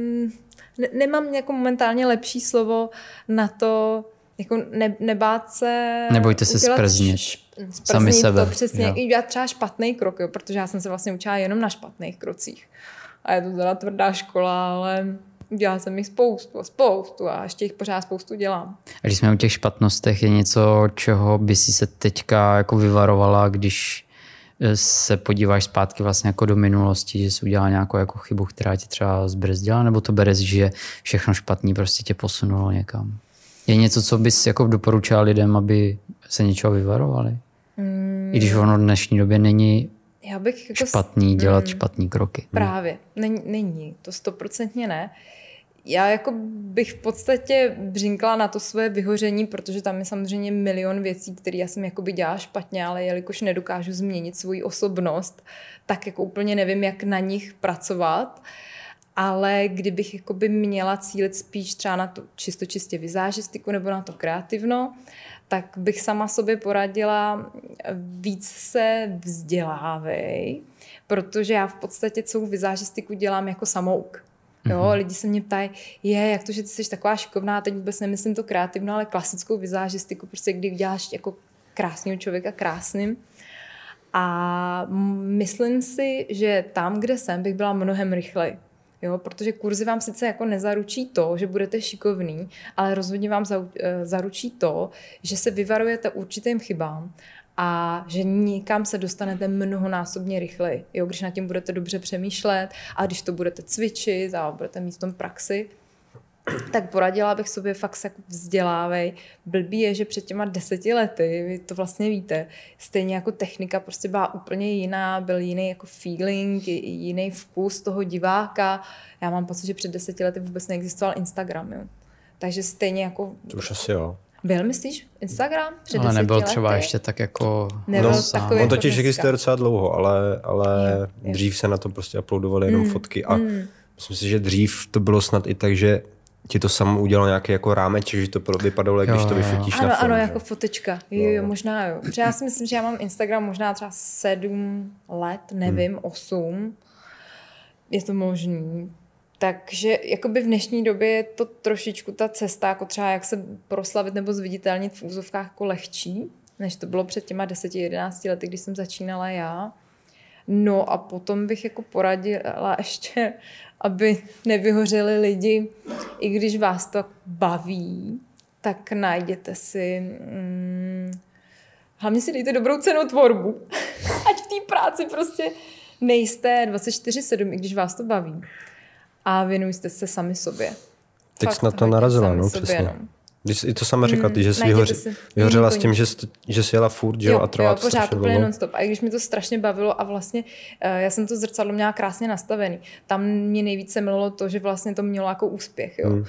nemám jako momentálně lepší slovo na to, jako nebát se... Nebojte se sprznit sami sebe. To přesně, i dělat třeba špatný krok, jo, protože já jsem se vlastně učila jenom na špatných krocích. A je to teda tvrdá škola, ale dělala jsem jich spoustu a ještě jich pořád spoustu dělám. A když jsme u těch špatnostech, je něco, čeho by si se teďka jako vyvarovala, když se podíváš zpátky vlastně jako do minulosti, že jsi udělala nějakou jako chybu, která tě třeba zbrzdila, nebo to bereš, že všechno špatný prostě tě posunulo někam? Je něco, co bys jako doporučila lidem, aby se něčeho vyvarovali? I když ono v dnešní době není Já bych jako špatný dělat špatný kroky. Právě. Není. To 100% ne. Já jako bych v podstatě břinkla na to své vyhoření, protože tam je samozřejmě milion věcí, které já jsem jakoby dělala špatně, ale jelikož nedokážu změnit svoji osobnost, tak jako úplně nevím, jak na nich pracovat. Ale kdybych jakoby měla cílit spíš třeba na to čistě vizážistiku nebo na to kreativno, tak bych sama sobě poradila víc se vzdělávej, protože já v podstatě celou vizážistiku dělám jako samouk. Jo, lidi se mě ptají, jak to, že ty jsi taková šikovná, teď vůbec nemyslím to kreativno, ale klasickou vizážistiku, prostě kdy děláš jako krásného člověka krásným. A myslím si, že tam, kde jsem, bych byla mnohem rychleji. Jo, protože kurzy vám sice jako nezaručí to, že budete šikovný, ale rozhodně vám zaručí to, že se vyvarujete určitým chybám a že někam se dostanete mnohonásobně rychleji. Jo, když nad tím budete dobře přemýšlet a když to budete cvičit a budete mít v tom praxi, tak poradila bych sobě fakt se vzdělávej. Blbý je, že před těma 10 lety, vy to vlastně víte, stejně jako technika prostě byla úplně jiná, byl jiný jako feeling, jiný vkus toho diváka. Já mám pocit, že před 10 lety vůbec neexistoval Instagram, jo. Takže stejně jako... To už asi jo. Byl, myslíš, Instagram před 10 ale nebyl lety? třeba ještě tak jako... Nebyl takový on totiž jako existuje docela dlouho, ale jo. dřív se na to prostě uploadovaly jenom fotky a myslím si, že dřív to bylo snad i tak, že ti to samo udělalo nějaký jako rámeček, že to vypadalo, jak když to vyfotíš na film. Ano, jako fotečka. Jo, možná jo. Protože já si myslím, že já mám Instagram možná třeba 7 let, nevím, 8. Je to možný. Takže jakoby v dnešní době je to trošičku ta cesta, jako třeba jak se proslavit nebo zviditelnit v úzovkách jako lehčí, než to bylo před těma 10-11 lety, když jsem začínala já. No a potom bych jako poradila ještě, aby nevyhořeli lidi, i když vás to baví, tak najděte si, hlavně si dejte dobrou cenotvorbu, ať v té práci prostě nejste 24/7, i když vás to baví. A věnujte se sami sobě. Teď jsi na to narazila, no přesně. Když jsi to sama řekla, ty, že jsi vyhořela s tím, že jsi jela furt, jo, a trvá to pořád úplně non-stop. A i když mi to strašně bavilo a vlastně já jsem to zrcadlo měla krásně nastavený. Tam mě nejvíce mililo to, že vlastně to mělo jako úspěch. Jo.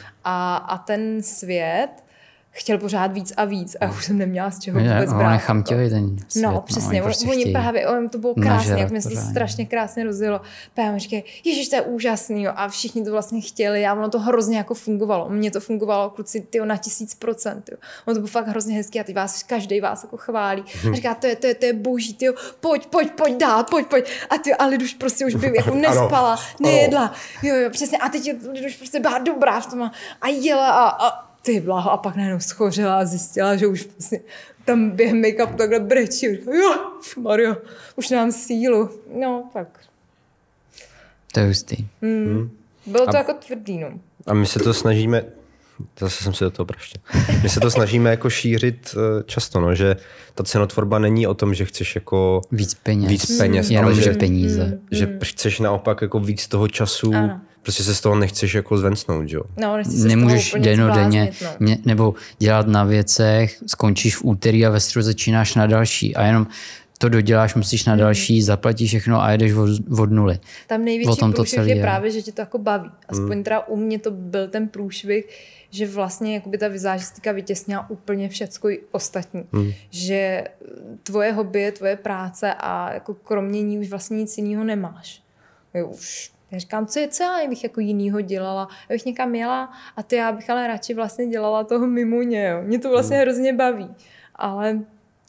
A ten svět chtěl pořád víc a víc a už jsem neměla z čeho vůbec brát. Nechám tě ten svět. No, přesně. Oni právě, to bylo krásně, jak mi se to strašně krásně rozjelo. Právě říkají, ježiš, to je úžasný, jo. A všichni to vlastně chtěli a ono to hrozně jako fungovalo. Mně to fungovalo, kluci, tyjo, na 1000%. Jo. Ono to bylo fakt hrozně hezký a teď každý vás jako chválí. A říká, to je boží, tyjo, pojď dál, pojď. A ty, a Liduš prostě už by jako nespala, nejedla. Jo, přesně. A teď Liduš prostě byla dobrá v tom a jela a ty blaho, a pak najednou schořela a zjistila, že už vlastně tam během make-upu takhle brečí. Jo, Mario, už nemám sílu. No, tak. To je hustý. Bylo to jako tvrdý, no. A my se to snažíme, zase jsem si do toho praštěl, my se to snažíme jako šířit často, no, že ta cenotvorba není o tom, že chceš jako víc peněz, ale že peníze. Že chceš naopak jako víc toho času, ano. Prostě se z toho nechceš jako zvencnout, jo. No, nemůžeš dennodenně nebo dělat na věcech, skončíš v úterý a ve středu začínáš na další a jenom to doděláš, musíš na další, zaplatíš všechno a jedeš od nuly. Tam největší průšvih je právě, že tě to jako baví. Aspoň teda u mě to byl ten průšvih, že vlastně jakoby ta vizážistika vytěsnila úplně všecko ostatní. Že tvoje hobby je tvoje práce a jako kromě ní už vlastně nic jiného nemáš. Jo, už já říkám, co já bych jako jinýho dělala. Já bych někam jela a já bych ale radši vlastně dělala toho mimo ně. Jo. Mě to vlastně hrozně baví. Ale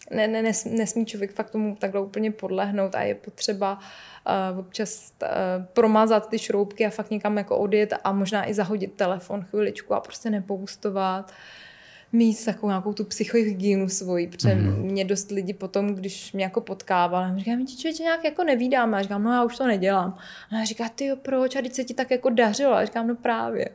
nesmí člověk fakt tomu takhle úplně podlehnout a je potřeba občas promazat ty šroubky a fakt někam jako odjet a možná i zahodit telefon chviličku a prostě nepoustovat. Mít takovou nějakou tu psychohygienu svoji, protože mě dost lidí potom, když mě jako potkává, říká, my ti člověče nějak jako nevídáme. A říkám, no já už to nedělám. A já říká, tyjo, proč? A teď se ti tak jako dařilo. A říkám, no právě.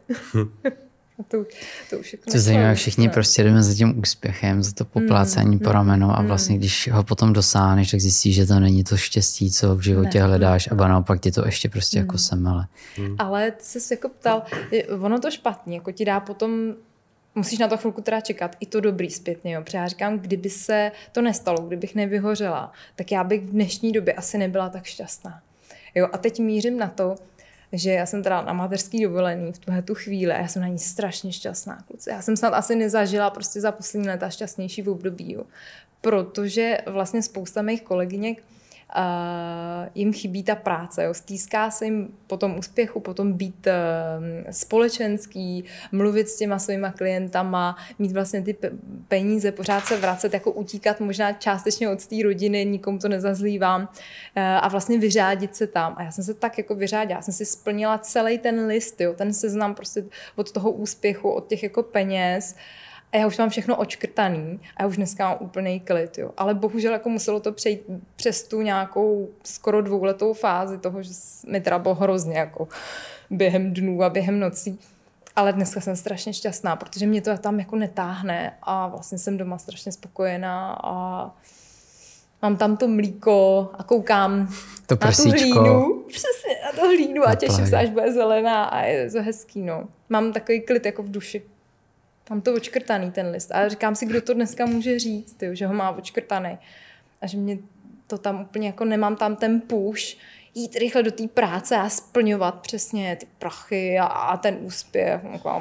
A to už to zajímavé, všichni prostě jdeme za tím úspěchem, za to poplácání po ramenou a vlastně když ho potom dosáhneš, tak zjistíš, že to není to štěstí, co v životě hledáš a naopak ti to ještě prostě jako semele. Ale ty jsi jako ptal, ono to špatně, jako ti dá potom musíš na to chvilku teda čekat. I to dobrý zpětně, jo. Protože já říkám, kdyby se to nestalo, kdybych nevyhořela, tak já bych v dnešní době asi nebyla tak šťastná. Jo, a teď mířím na to, že já jsem teda na mateřský dovolený v tuhle tu chvíli a já jsem na ní strašně šťastná, kluci. Já jsem snad asi nezažila prostě za poslední léta šťastnější v období, jo. Protože vlastně spousta mých kolegyněk jim chybí ta práce. Jo. Stýská se jim po tom úspěchu, potom být společenský, mluvit s těma svýma klientama, mít vlastně ty peníze, pořád se vracet, jako utíkat možná částečně od té rodiny, nikomu to nezazlívám a vlastně vyřádit se tam. A já jsem se tak jako vyřádila, já jsem si splnila celý ten list, jo, ten seznam prostě od toho úspěchu, od těch jako peněz. A já už mám všechno očkrtaný a já už dneska mám úplný klid, jo. Ale bohužel jako muselo to přejít přes tu nějakou skoro 2letou fázi toho, že mi teda bylo hrozně jako během dnů a během nocí. Ale dneska jsem strašně šťastná, protože mě to tam jako netáhne a vlastně jsem doma strašně spokojená a mám tam to mlíko a koukám to na tu hlínu. Přesně, na to hlínu a těším se, až bude zelená a je to hezký, no. Mám takový klid jako v duši. Mám to očkrtaný ten list. A říkám si, kdo to dneska může říct, tyjo, že ho má očkrtaný. A že mě to tam úplně jako nemám tam ten push jít rychle do té práce a splňovat přesně ty prachy a ten úspěch.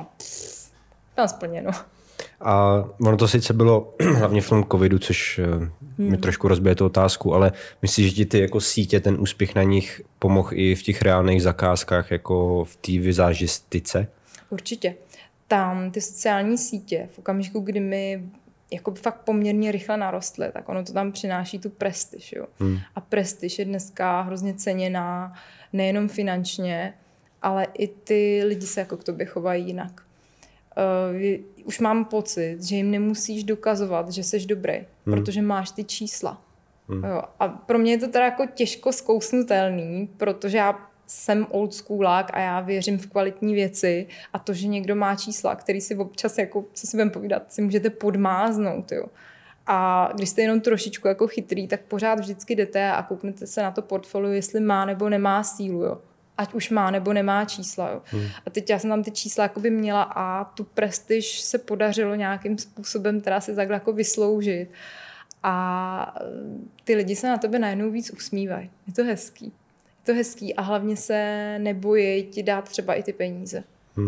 Tam splněno. A ono to sice bylo hlavně v tom covidu, což mi trošku rozbije tu otázku, ale myslíš, že ti ty jako sítě, ten úspěch na nich pomohl i v těch reálných zakázkách, jako v té vizážistice? Určitě. Tam ty sociální sítě, v okamžiku, kdy mi jako fakt poměrně rychle narostly, tak ono to tam přináší tu prestiž. Jo? A prestiž je dneska hrozně ceněná, nejenom finančně, ale i ty lidi se jako k tobě chovají jinak. Už mám pocit, že jim nemusíš dokazovat, že jsi dobrý, protože máš ty čísla. Jo? A pro mě je to teda jako těžko zkousnutelný, protože já jsem oldschoolák a já věřím v kvalitní věci a to, že někdo má čísla, který si občas, jako, co si budem povídat, si můžete podmáznout. Jo. A když jste jenom trošičku jako chytrý, tak pořád vždycky jdete a kouknete se na to portfolio, jestli má nebo nemá sílu. Jo. Ať už má nebo nemá čísla. Jo. A teď já jsem tam ty čísla jakoby měla a tu prestiž se podařilo nějakým způsobem teda si takhle jako vysloužit. A ty lidi se na tebe najednou víc usmívají. Je to hezký. To hezký a hlavně se nebojí ti dát třeba i ty peníze.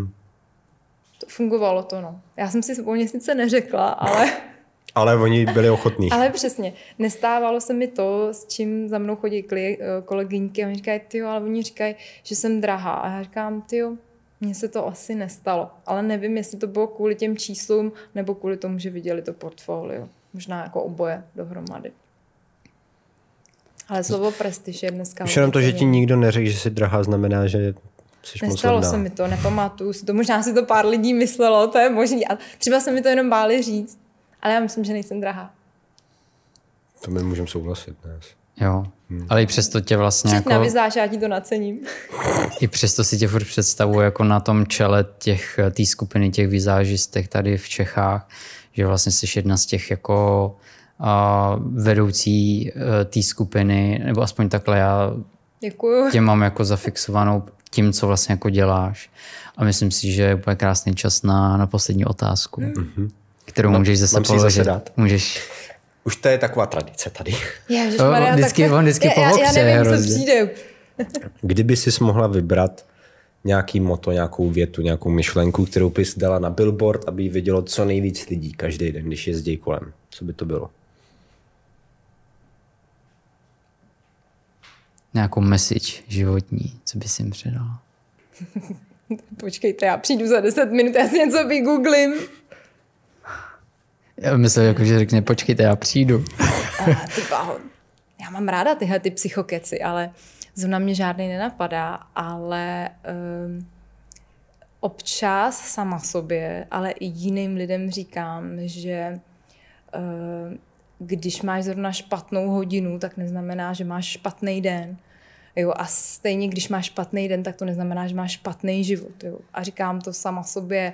To fungovalo to, no. Já jsem si o ně sice neřekla, ale... ale oni byli ochotní. Ale přesně. Nestávalo se mi to, s čím za mnou chodí kolegyňky a oni říkají, tyjo, ale oni říkají, že jsem drahá. A já říkám, tyjo, mně se to asi nestalo. Ale nevím, jestli to bylo kvůli těm číslům, nebo kvůli tomu, že viděli to portfolio. Možná jako oboje dohromady. Ale slovo prestiž je dneska... Už jenom to, že ti nikdo neřekl, že jsi drahá, znamená, že jsi moc nestalo se mi to, nepamatuju si to. Možná si to pár lidí myslelo, to je možný. A třeba se mi to jenom báli říct. Ale já myslím, že nejsem drahá. To my můžeme souhlasit dnes. Jo, ale i přesto tě vlastně Přijď jako... na vizáž, já ti to nacením. I přesto si tě furt představuji jako na tom čele té skupiny těch vizážistek tady v Čechách, že vlastně jsi jedna z těch jako... vedoucí té skupiny, nebo aspoň takhle já Děkuju. tě mám jako zafixovanou tím, co vlastně jako děláš. A myslím si, že je úplně krásný čas na poslední otázku, kterou můžeš zase položit. Můžeš... Už to je taková tradice tady. On vždycky pohopře. Já nevím, co přijde. Kdyby jsi mohla vybrat nějaký motto, nějakou větu, nějakou myšlenku, kterou bys dala na billboard, aby ji vidělo co nejvíc lidí každý den, když jezdí kolem. Co by to bylo? Nějakou message životní, co bys jim předala? Počkejte, já přijdu za 10 minut, já si něco vygooglím. Já myslím, jako, že řekne, počkejte, já přijdu. Já mám ráda tyhle ty psychokeci, ale zrovna mě žádný nenapadá, ale občas sama sobě, ale i jiným lidem říkám, že když máš zrovna špatnou hodinu, tak neznamená, že máš špatný den. Jo, a stejně, když máš špatný den, tak to neznamená, že máš špatný život. Jo. A říkám to sama sobě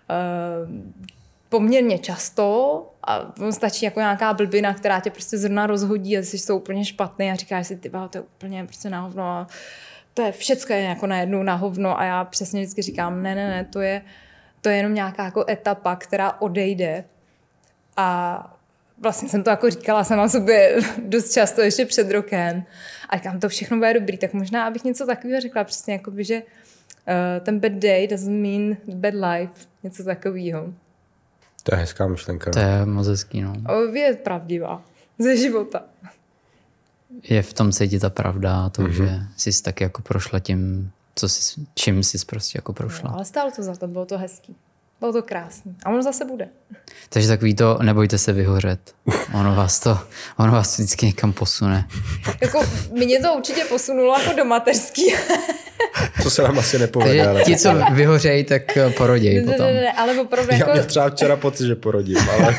poměrně často a stačí jako nějaká blbina, která tě prostě zrovna rozhodí a jsi to úplně špatný a říkáš si, ty to je úplně prostě na hovno a to je všecko je jako najednou na hovno a já přesně vždycky říkám, ne, to je to je jenom nějaká jako etapa, která odejde. A vlastně jsem to jako říkala sama sobě dost často ještě před rokem. A říkám, to všechno bude dobrý, tak možná abych něco takového řekla přesně, jakoby, že ten bad day doesn't mean bad life, něco takového. To je hezká myšlenka. To je moc hezký, no. Je pravdivá ze života. Je v tom cítit ta pravda, to, že jsi taky jako prošla tím, čím jsi prostě jako prošla. No, ale stálo to za to, bylo to hezký. Bylo to krásný. A ono zase bude. Takže takový to, nebojte se vyhořet. Ono vás to vždycky někam posune. Jako, mě to určitě posunulo jako do mateřský. To se nám asi nepovede. Takže ti, co vyhořejí, tak poroděj potom. Ne, ale opravdu jako... Já měl třeba včera pocit, že porodím, ale...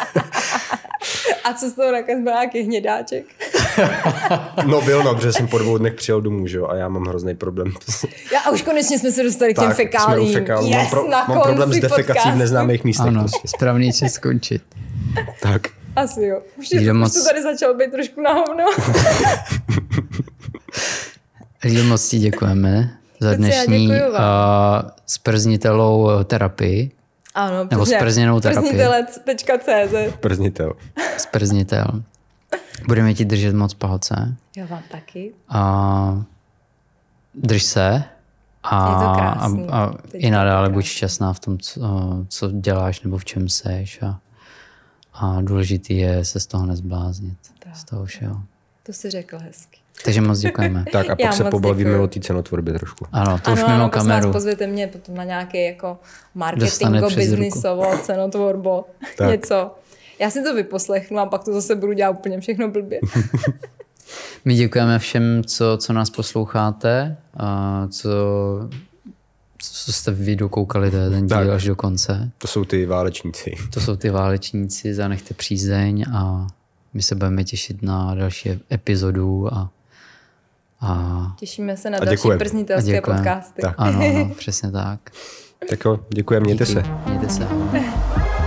A co z toho nakonec byl nějaký hnědáček? No byl, protože jsem po 2 dnech přijel domů, že jo, a já mám hrozný problém. A už konečně jsme se dostali k těm fekálím. Yes, mám problém s defekací v neznámých místech. Ano, prostě. správný čas skončit. Tak. Asi jo. Už to tady začalo být trošku na hovno. Lído, moc ti děkujeme za dnešní sprznitelou terapii. Ano, nebo sprzněnou terapii. Sprznitelec.cz Sprznitel. Budeme ti držet moc palce. Já vám taky. A drž se. A i nadále buď šťastná v tom, co děláš nebo v čem seš. A důležitý je se z toho nezbláznit. Tak. Z toho všeho. To jsi řekl hezky. Takže moc děkujeme. Tak a pak se pobavíme o té cenotvorbě trošku. Ano, to už mimo kameru. Ano, pozvěte mě potom na nějaký jako marketingo, biznisovo, cenotvorbo, něco. Já si to vyposlechnu a pak to zase budu dělat úplně všechno blbě. My děkujeme všem, co nás posloucháte, co jste v videu koukali ten díl až do konce. To jsou ty válečníci. Zanechte přízeň a my se budeme těšit na další epizodu a těšíme se na další prznitelské podcasty. Ano, přesně tak. Tak jo, děkujeme, mějte se. Mějte se.